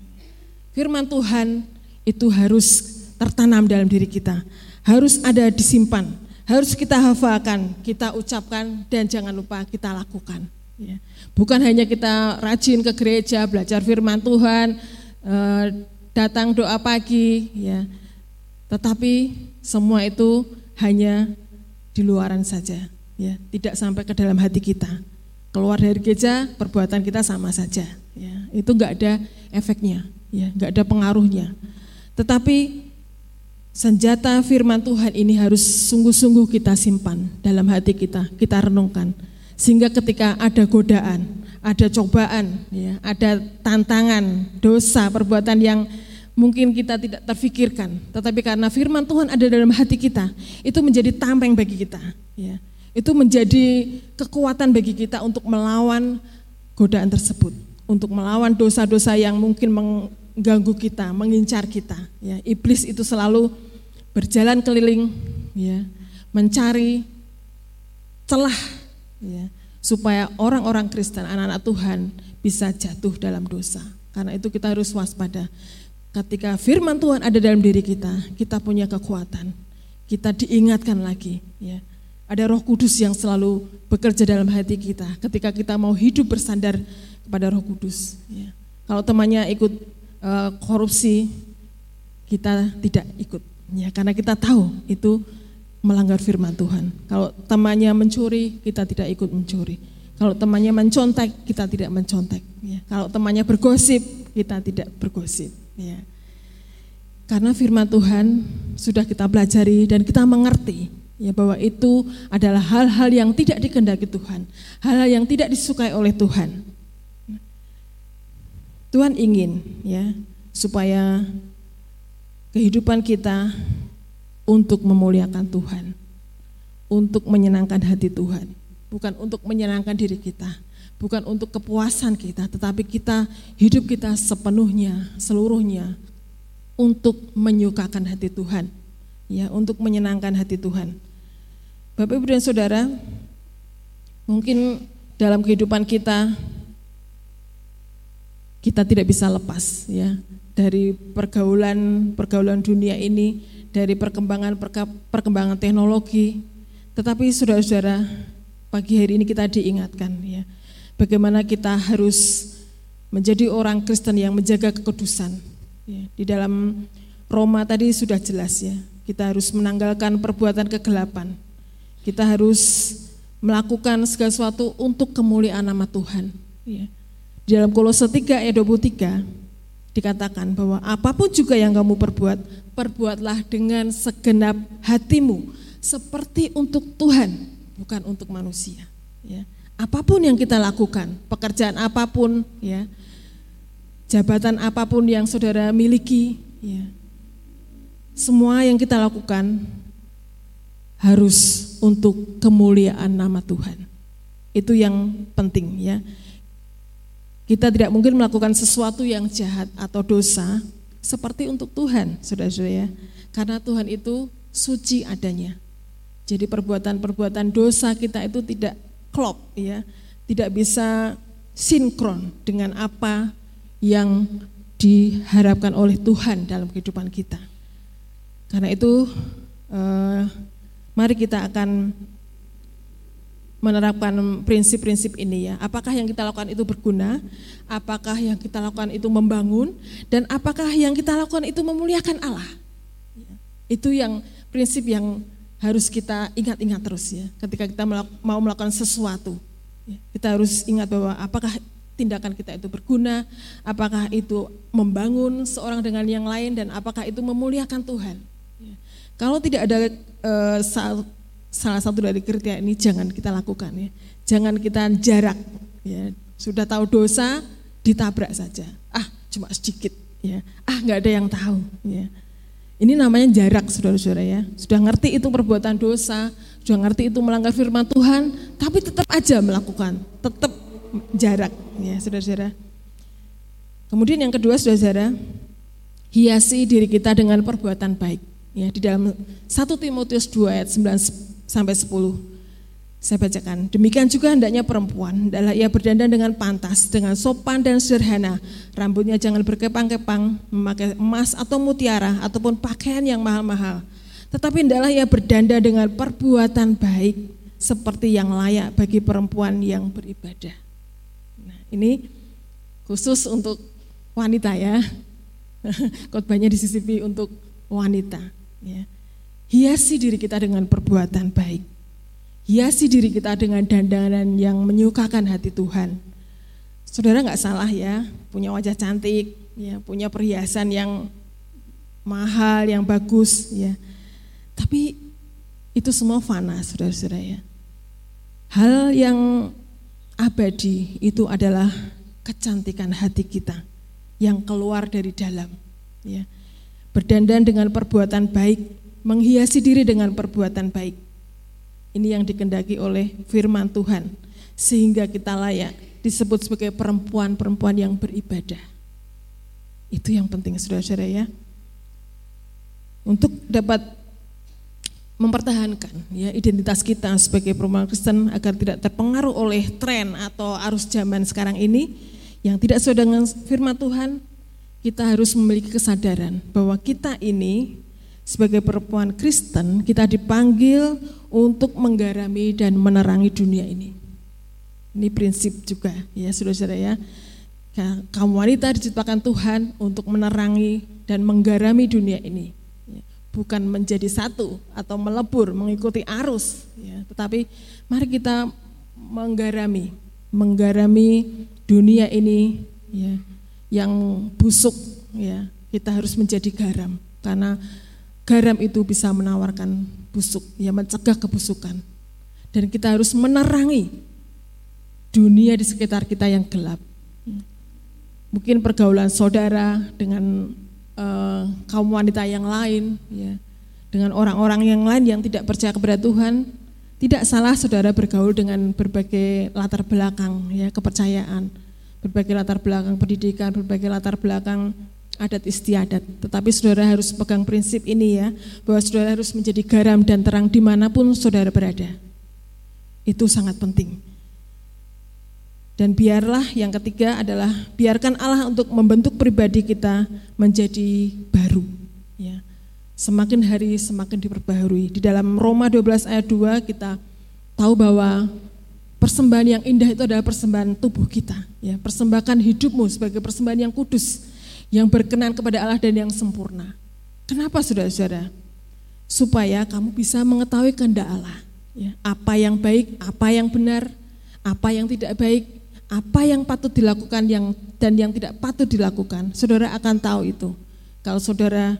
D: Firman Tuhan itu harus tertanam dalam diri kita, harus ada disimpan, harus kita hafalkan, kita ucapkan, dan jangan lupa kita lakukan. Ya. Bukan hanya kita rajin ke gereja, belajar firman Tuhan, datang doa pagi, ya. Tetapi semua itu hanya di luaran saja, ya. Tidak sampai ke dalam hati kita. Keluar dari gereja, perbuatan kita sama saja, ya. Itu enggak ada efeknya, ya, enggak ada pengaruhnya. Tetapi senjata firman Tuhan ini harus sungguh-sungguh kita simpan dalam hati kita renungkan. Sehingga ketika ada godaan, ada cobaan, ya, ada tantangan, dosa, perbuatan yang mungkin kita tidak terfikirkan, tetapi karena firman Tuhan ada dalam hati kita, itu menjadi tameng bagi kita. Ya. Itu menjadi kekuatan bagi kita untuk melawan godaan tersebut, untuk melawan dosa-dosa yang mungkin mengganggu kita, mengincar kita. Ya. Iblis itu selalu berjalan keliling, ya, mencari celah, ya, supaya orang-orang Kristen, anak-anak Tuhan bisa jatuh dalam dosa. Karena itu kita harus waspada. Ketika firman Tuhan ada dalam diri kita punya kekuatan, kita diingatkan lagi. Ya. Ada Roh Kudus yang selalu bekerja dalam hati kita. Ketika kita mau hidup bersandar kepada Roh Kudus. Ya. Kalau temannya ikut korupsi, kita tidak ikut. Ya, karena kita tahu itu melanggar firman Tuhan. Kalau temannya mencuri, kita tidak ikut mencuri. Kalau temannya mencontek, kita tidak mencontek. Ya. Kalau temannya bergosip, kita tidak bergosip. Ya. Karena firman Tuhan sudah kita pelajari dan kita mengerti, ya, bahwa itu adalah hal-hal yang tidak dikehendaki Tuhan, hal-hal yang tidak disukai oleh Tuhan. Tuhan ingin, ya, supaya kehidupan kita untuk memuliakan Tuhan, untuk menyenangkan hati Tuhan, bukan untuk menyenangkan diri kita, bukan untuk kepuasan kita, tetapi hidup kita sepenuhnya, seluruhnya untuk menyukakan hati Tuhan, ya, untuk menyenangkan hati Tuhan. Bapak, Ibu dan Saudara, mungkin dalam kehidupan kita tidak bisa lepas, ya, dari pergaulan dunia ini, dari perkembangan teknologi. Tetapi saudara-saudara, pagi hari ini kita diingatkan, ya, bagaimana kita harus menjadi orang Kristen yang menjaga kekudusan. Ya, di dalam Roma tadi sudah jelas, ya, kita harus menanggalkan perbuatan kegelapan. Kita harus melakukan segala sesuatu untuk kemuliaan nama Tuhan. Ya. Di dalam Kolose 3 ayat 23 dikatakan bahwa apapun juga yang kamu perbuat, perbuatlah dengan segenap hatimu seperti untuk Tuhan, bukan untuk manusia. Ya. Apapun yang kita lakukan, pekerjaan apapun, ya, jabatan apapun yang saudara miliki, ya, semua yang kita lakukan harus untuk kemuliaan nama Tuhan. Itu yang penting, ya. Kita tidak mungkin melakukan sesuatu yang jahat atau dosa seperti untuk Tuhan, saudara-saudara, ya. Karena Tuhan itu suci adanya. Jadi perbuatan-perbuatan dosa kita itu tidak klop, ya, tidak bisa sinkron dengan apa yang diharapkan oleh Tuhan dalam kehidupan kita. Karena itu mari kita akan menerapkan prinsip-prinsip ini, ya. Apakah yang kita lakukan itu berguna? Apakah yang kita lakukan itu membangun? Dan apakah yang kita lakukan itu memuliakan Allah? Ya. Itu yang prinsip yang harus kita ingat-ingat terus, ya. Ketika kita mau melakukan sesuatu, ya, kita harus ingat bahwa apakah tindakan kita itu berguna, apakah itu membangun seorang dengan yang lain, dan apakah itu memuliakan Tuhan. Ya. Kalau tidak ada salah satu dari kriteria ini, jangan kita lakukan, ya. Jangan kita jarak, ya. Sudah tahu dosa, ditabrak saja. Cuma sedikit, ya. Nggak ada yang tahu, ya. Ini namanya jarak, saudara-saudara, ya. Sudah ngerti itu perbuatan dosa, sudah ngerti itu melanggar firman Tuhan, tapi tetap aja melakukan, tetap jarak, ya, saudara-saudara. Kemudian yang kedua, saudara-saudara, hiasi diri kita dengan perbuatan baik. Ya, di dalam 1 Timotius 2 ayat 9 sampai 10. Saya bacakan. Demikian juga hendaknya perempuan, hendaklah ia berdandan dengan pantas, dengan sopan dan sederhana. Rambutnya jangan berkepang-kepang, memakai emas atau mutiara ataupun pakaian yang mahal-mahal. Tetapi hendaklah ia berdandan dengan perbuatan baik, seperti yang layak bagi perempuan yang beribadah. Nah, ini khusus untuk wanita ya. Khotbahnya disisipi untuk wanita. Ya. Hiasi diri kita dengan perbuatan baik. Hiasi diri kita dengan dandanan yang menyukakan hati Tuhan. Saudara nggak salah ya, punya wajah cantik, ya, punya perhiasan yang mahal, yang bagus, ya. Tapi itu semua fana, saudara-saudara ya. Hal yang abadi itu adalah kecantikan hati kita yang keluar dari dalam. Ya. Berdandan dengan perbuatan baik, menghiasi diri dengan perbuatan baik. Ini yang dikehendaki oleh firman Tuhan, sehingga kita layak disebut sebagai perempuan-perempuan yang beribadah. Itu yang penting, saudara-saudara ya. Untuk dapat mempertahankan ya identitas kita sebagai perempuan Kristen agar tidak terpengaruh oleh tren atau arus zaman sekarang ini yang tidak sesuai dengan firman Tuhan, kita harus memiliki kesadaran bahwa kita ini sebagai perempuan Kristen, kita dipanggil untuk menggarami dan menerangi dunia ini. Ini prinsip juga ya saudara-saudara ya. Kaum wanita diciptakan Tuhan untuk menerangi dan menggarami dunia ini. Bukan menjadi satu atau melebur mengikuti arus. Ya. Tetapi mari kita menggarami dunia ini ya, yang busuk. Ya. Kita harus menjadi garam karena garam itu bisa menawarkan busuk, ya mencegah kebusukan. Dan kita harus menerangi dunia di sekitar kita yang gelap. Mungkin pergaulan saudara dengan kaum wanita yang lain, ya, dengan orang-orang yang lain yang tidak percaya kepada Tuhan. Tidak salah saudara bergaul dengan berbagai latar belakang, ya, kepercayaan, berbagai latar belakang pendidikan, berbagai latar belakang adat istiadat, tetapi saudara harus pegang prinsip ini ya, bahwa saudara harus menjadi garam dan terang dimanapun saudara berada. Itu sangat penting. Dan biarlah yang ketiga adalah biarkan Allah untuk membentuk pribadi kita menjadi baru. Ya. Semakin hari semakin diperbaharui. Di dalam Roma 12 ayat 2 kita tahu bahwa persembahan yang indah itu adalah persembahan tubuh kita. Ya. Persembahkan hidupmu sebagai persembahan yang kudus, yang berkenan kepada Allah dan yang sempurna. Kenapa saudara-saudara? Supaya kamu bisa mengetahui kehendak Allah. Ya, apa yang baik, apa yang benar, apa yang tidak baik, apa yang patut dilakukan dan yang tidak patut dilakukan. Saudara akan tahu itu. Kalau saudara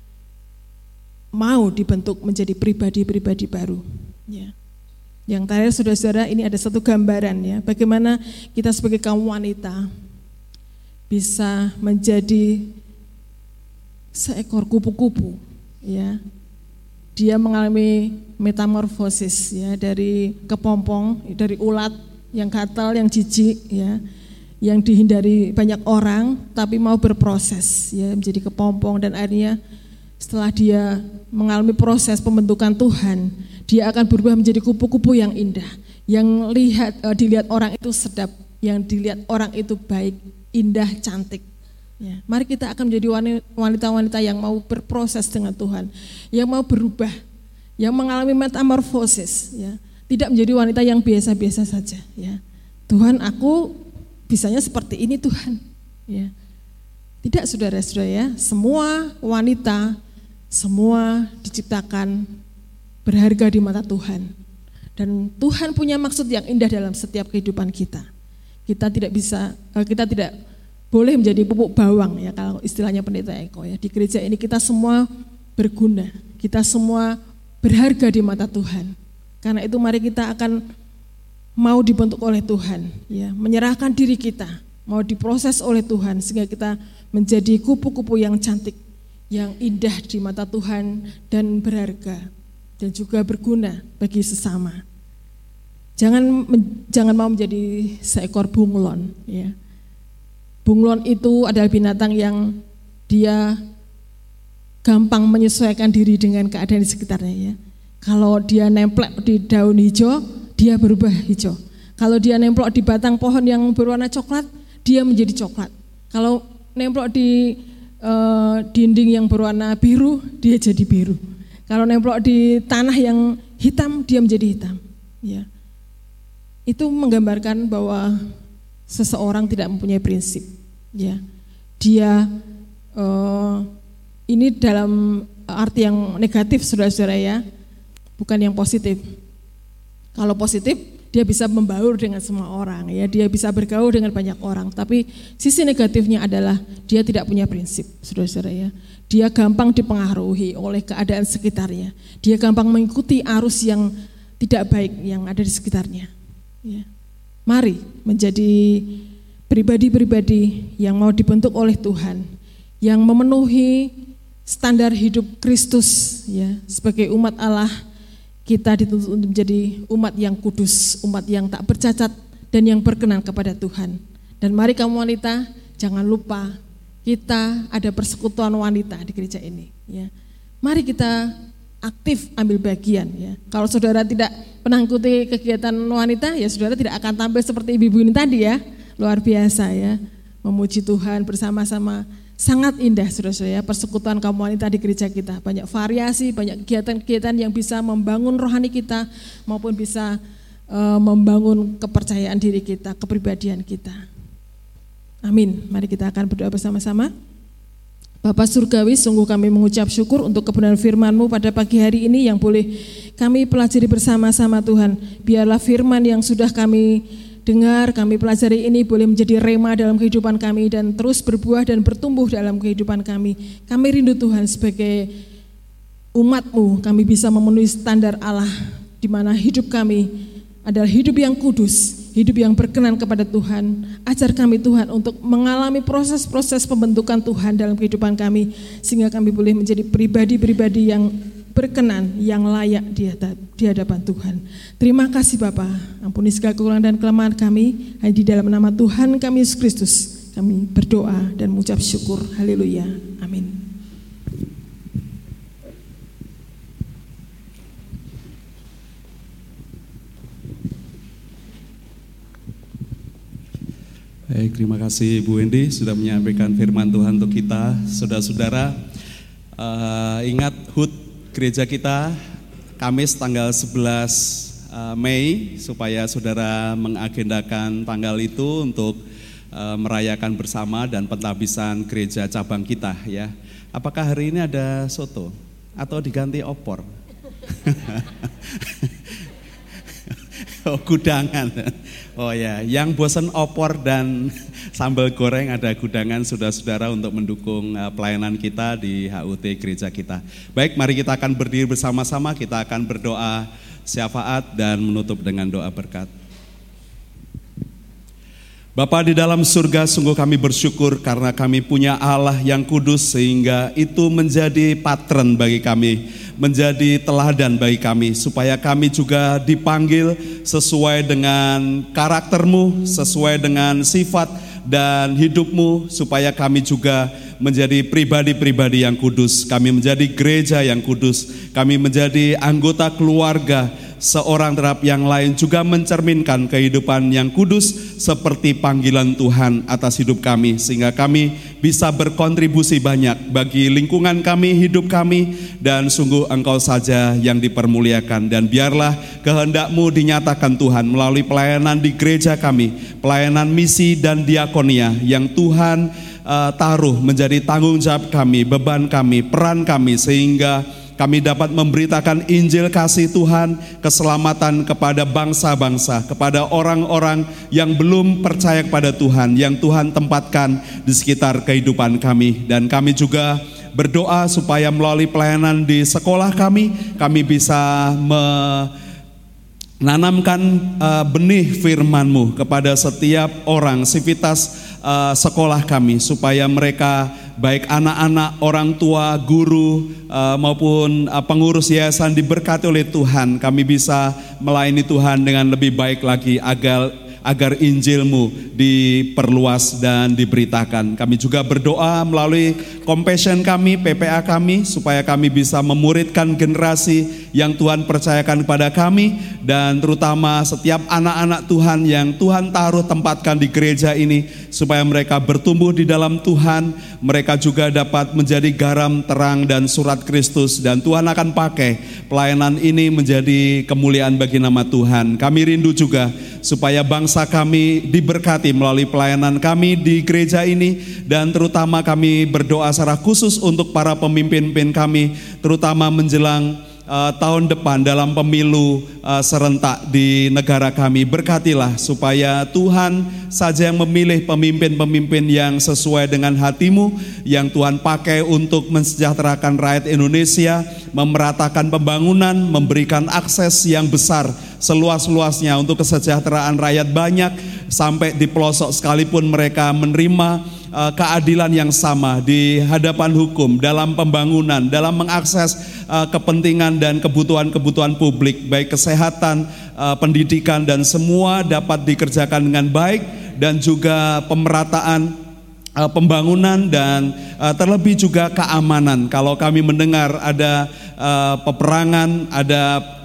D: mau dibentuk menjadi pribadi-pribadi baru. Ya. Yang terakhir saudara-saudara, ini ada satu gambaran ya, bagaimana kita sebagai kaum wanita bisa menjadi seekor kupu-kupu, ya. Dia mengalami metamorfosis, ya, dari kepompong, dari ulat yang gatal, yang jijik, ya, yang dihindari banyak orang, tapi mau berproses, ya, menjadi kepompong dan akhirnya setelah dia mengalami proses pembentukan Tuhan, dia akan berubah menjadi kupu-kupu yang indah, yang dilihat orang itu sedap, yang dilihat orang itu baik, indah, cantik. Ya, mari kita akan menjadi wanita-wanita yang mau berproses dengan Tuhan, yang mau berubah, yang mengalami metamorfosis. Ya, tidak menjadi wanita yang biasa-biasa saja. Ya, Tuhan, aku bisanya seperti ini Tuhan. Ya, tidak saudara-saudara ya, semua wanita, semua diciptakan berharga di mata Tuhan. Dan Tuhan punya maksud yang indah dalam setiap kehidupan kita. Kita tidak boleh menjadi pupuk bawang ya, kalau istilahnya Pendeta Eko ya. Di gereja ini kita semua berguna, kita semua berharga di mata Tuhan. Karena itu mari kita akan mau dibentuk oleh Tuhan, ya, menyerahkan diri kita, mau diproses oleh Tuhan sehingga kita menjadi kupu-kupu yang cantik, yang indah di mata Tuhan dan berharga dan juga berguna bagi sesama. Jangan mau menjadi seekor bunglon, ya. Bunglon itu adalah binatang yang dia gampang menyesuaikan diri dengan keadaan di sekitarnya ya. Kalau dia nemplok di daun hijau, dia berubah hijau. Kalau dia nemplok di batang pohon yang berwarna coklat, dia menjadi coklat. Kalau nemplok di dinding yang berwarna biru, dia jadi biru. Kalau nemplok di tanah yang hitam, dia menjadi hitam. Ya. Itu menggambarkan bahwa seseorang tidak mempunyai prinsip. Ya. Dia ini dalam arti yang negatif, saudara-saudara ya, bukan yang positif. Kalau positif, dia bisa membaur dengan semua orang, ya, dia bisa bergaul dengan banyak orang. Tapi sisi negatifnya adalah dia tidak punya prinsip, saudara-saudara ya. Dia gampang dipengaruhi oleh keadaan sekitarnya. Dia gampang mengikuti arus yang tidak baik yang ada di sekitarnya. Ya. Mari menjadi pribadi-pribadi yang mau dibentuk oleh Tuhan, yang memenuhi standar hidup Kristus, ya, sebagai umat Allah. Kita dituntut untuk menjadi umat yang kudus, umat yang tak bercacat dan yang berkenan kepada Tuhan. Dan mari kamu wanita, jangan lupa kita ada persekutuan wanita di gereja ini. Ya. Mari kita aktif ambil bagian. Ya. Kalau saudara tidak pernah ikuti kegiatan wanita, ya saudara tidak akan tampil seperti ibu-ibu ini tadi ya. Luar biasa ya, memuji Tuhan bersama-sama. Sangat indah saudara-saudara, persekutuan kaum wanita di gereja kita. Banyak variasi, banyak kegiatan-kegiatan yang bisa membangun rohani kita maupun bisa membangun kepercayaan diri kita, kepribadian kita. Amin. Mari kita akan berdoa bersama-sama. Bapa Surgawi, sungguh kami mengucap syukur untuk kebenaran firman-Mu pada pagi hari ini yang boleh kami pelajari bersama-sama Tuhan. Biarlah firman yang sudah kami dengar, kami pelajari ini boleh menjadi rema dalam kehidupan kami dan terus berbuah dan bertumbuh dalam kehidupan kami. Kami rindu Tuhan sebagai umat-Mu, kami bisa memenuhi standar Allah di mana hidup kami adalah hidup yang kudus, hidup yang berkenan kepada Tuhan. Ajar kami Tuhan untuk mengalami proses-proses pembentukan Tuhan dalam kehidupan kami sehingga kami boleh menjadi pribadi-pribadi yang berkenan, yang layak di hadapan Tuhan. Terima kasih Bapa, ampuni segala kekurangan dan kelemahan kami. Hanya di dalam nama Tuhan kami Yesus Kristus kami berdoa dan mengucap syukur. Haleluya. Amin.
E: Baik, terima kasih Bu Wendy sudah menyampaikan firman Tuhan untuk kita. Saudara-saudara, ingat HUT gereja kita Kamis tanggal 11 Mei, supaya saudara mengagendakan tanggal itu untuk merayakan bersama dan pentabisan gereja cabang kita ya. Apakah hari ini ada soto atau diganti opor? Oh, gudangan. Oh ya, yang bosan opor dan sambal goreng ada gudangan saudara-saudara untuk mendukung pelayanan kita di HUT gereja kita. Baik, mari kita akan berdiri bersama-sama, kita akan berdoa syafaat dan menutup dengan doa berkat. Bapa di dalam surga, sungguh kami bersyukur karena kami punya Allah yang kudus sehingga itu menjadi patron bagi kami, menjadi teladan bagi kami, supaya kami juga dipanggil sesuai dengan karakter-Mu, sesuai dengan sifat dan hidup-Mu, supaya kami juga menjadi pribadi-pribadi yang kudus, kami menjadi gereja yang kudus, kami menjadi anggota keluarga seorang terhadap yang lain, juga mencerminkan kehidupan yang kudus seperti panggilan Tuhan atas hidup kami, sehingga kami bisa berkontribusi banyak bagi lingkungan kami, hidup kami, dan sungguh Engkau saja yang dipermuliakan. Dan biarlah kehendak-Mu dinyatakan Tuhan melalui pelayanan di gereja kami, pelayanan misi dan diakonia yang Tuhan taruh menjadi tanggung jawab kami, beban kami, peran kami, sehingga kami dapat memberitakan Injil kasih Tuhan, keselamatan kepada bangsa-bangsa, kepada orang-orang yang belum percaya kepada Tuhan, yang Tuhan tempatkan di sekitar kehidupan kami. Dan kami juga berdoa supaya melalui pelayanan di sekolah kami bisa menanamkan benih firman-Mu kepada setiap orang, sivitas sekolah kami, supaya mereka baik anak-anak, orang tua, guru maupun pengurus yayasan diberkati oleh Tuhan. Kami bisa melayani Tuhan dengan lebih baik lagi agar Injil-Mu diperluas dan diberitakan. Kami juga berdoa melalui Compassion kami, PPA kami, supaya kami bisa memuridkan generasi yang Tuhan percayakan kepada kami, dan terutama setiap anak-anak Tuhan yang Tuhan taruh tempatkan di gereja ini, supaya mereka bertumbuh di dalam Tuhan, mereka juga dapat menjadi garam, terang, dan surat Kristus, dan Tuhan akan pakai pelayanan ini menjadi kemuliaan bagi nama Tuhan. Kami rindu juga supaya bangsa kami diberkati melalui pelayanan kami di gereja ini, dan terutama kami berdoa secara khusus untuk para pemimpin-pemimpin kami, terutama menjelang tahun depan dalam pemilu serentak di negara kami. Berkatilah supaya Tuhan saja yang memilih pemimpin-pemimpin yang sesuai dengan hati-Mu, yang Tuhan pakai untuk mensejahterakan rakyat Indonesia, memeratakan pembangunan, memberikan akses yang besar seluas-luasnya untuk kesejahteraan rakyat banyak, sampai di pelosok sekalipun mereka menerima keadilan yang sama di hadapan hukum, dalam pembangunan, dalam mengakses kepentingan dan kebutuhan-kebutuhan publik, baik kesehatan, pendidikan, dan semua dapat dikerjakan dengan baik, dan juga pemerataan pembangunan, dan terlebih juga keamanan. Kalau kami mendengar ada peperangan, ada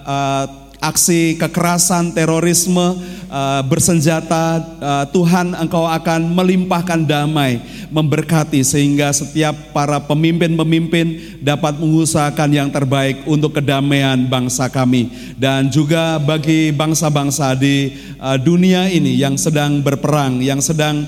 E: aksi kekerasan, terorisme, bersenjata, Tuhan Engkau akan melimpahkan damai, memberkati, sehingga setiap para pemimpin-pemimpin dapat mengusahakan yang terbaik untuk kedamaian bangsa kami, dan juga bagi bangsa-bangsa di dunia ini yang sedang berperang, yang sedang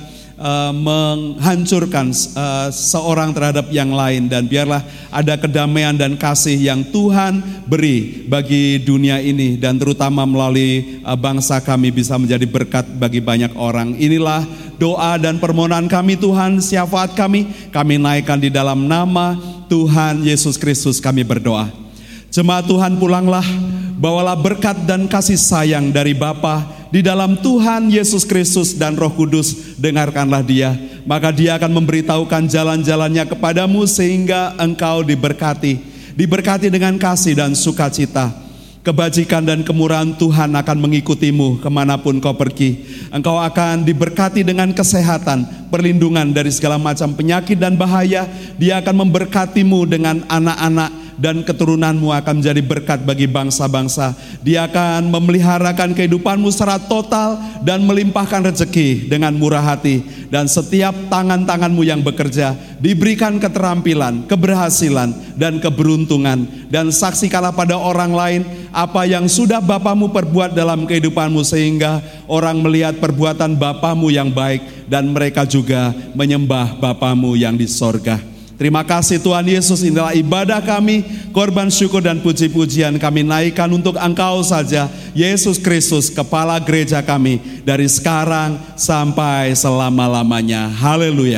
E: menghancurkan seorang terhadap yang lain, dan biarlah ada kedamaian dan kasih yang Tuhan beri bagi dunia ini, dan terutama melalui bangsa kami bisa menjadi berkat bagi banyak orang. Inilah doa dan permohonan kami Tuhan, syafaat kami naikkan di dalam nama Tuhan Yesus Kristus kami berdoa. Jemaat Tuhan, pulanglah, bawalah berkat dan kasih sayang dari Bapa di dalam Tuhan Yesus Kristus dan Roh Kudus. Dengarkanlah Dia, maka Dia akan memberitahukan jalan-jalannya kepadamu, sehingga engkau diberkati dengan kasih dan sukacita. Kebajikan dan kemurahan Tuhan akan mengikutimu kemanapun kau pergi. Engkau akan diberkati dengan kesehatan, perlindungan dari segala macam penyakit dan bahaya. Dia akan memberkatimu dengan anak-anak, dan keturunanmu akan menjadi berkat bagi bangsa-bangsa. Dia akan memeliharakan kehidupanmu secara total dan melimpahkan rezeki dengan murah hati. Dan setiap tangan-tanganmu yang bekerja diberikan keterampilan, keberhasilan, dan keberuntungan. Dan saksikanlah pada orang lain apa yang sudah Bapamu perbuat dalam kehidupanmu, sehingga orang melihat perbuatan Bapamu yang baik, dan mereka juga menyembah Bapamu yang di sorga. Terima kasih Tuhan Yesus, inilah ibadah kami, korban syukur dan puji-pujian kami naikkan untuk Engkau saja, Yesus Kristus, Kepala gereja kami, dari sekarang sampai selama-lamanya. Haleluya.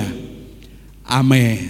E: Amin.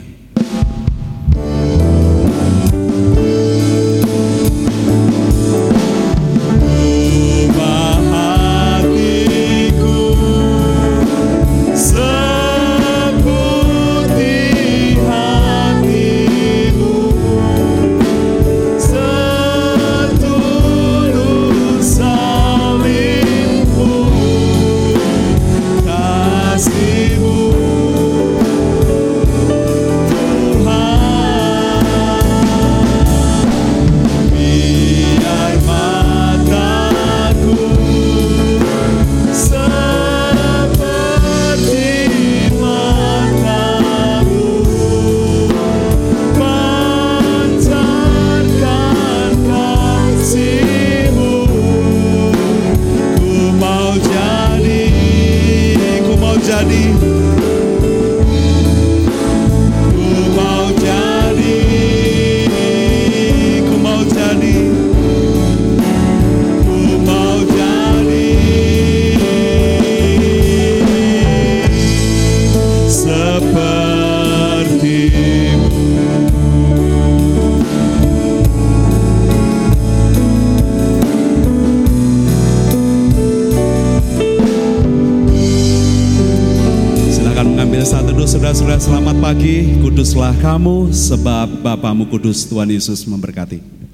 E: Saudara-saudara, selamat pagi. Kuduslah kamu sebab Bapamu kudus. Tuhan Yesus memberkati.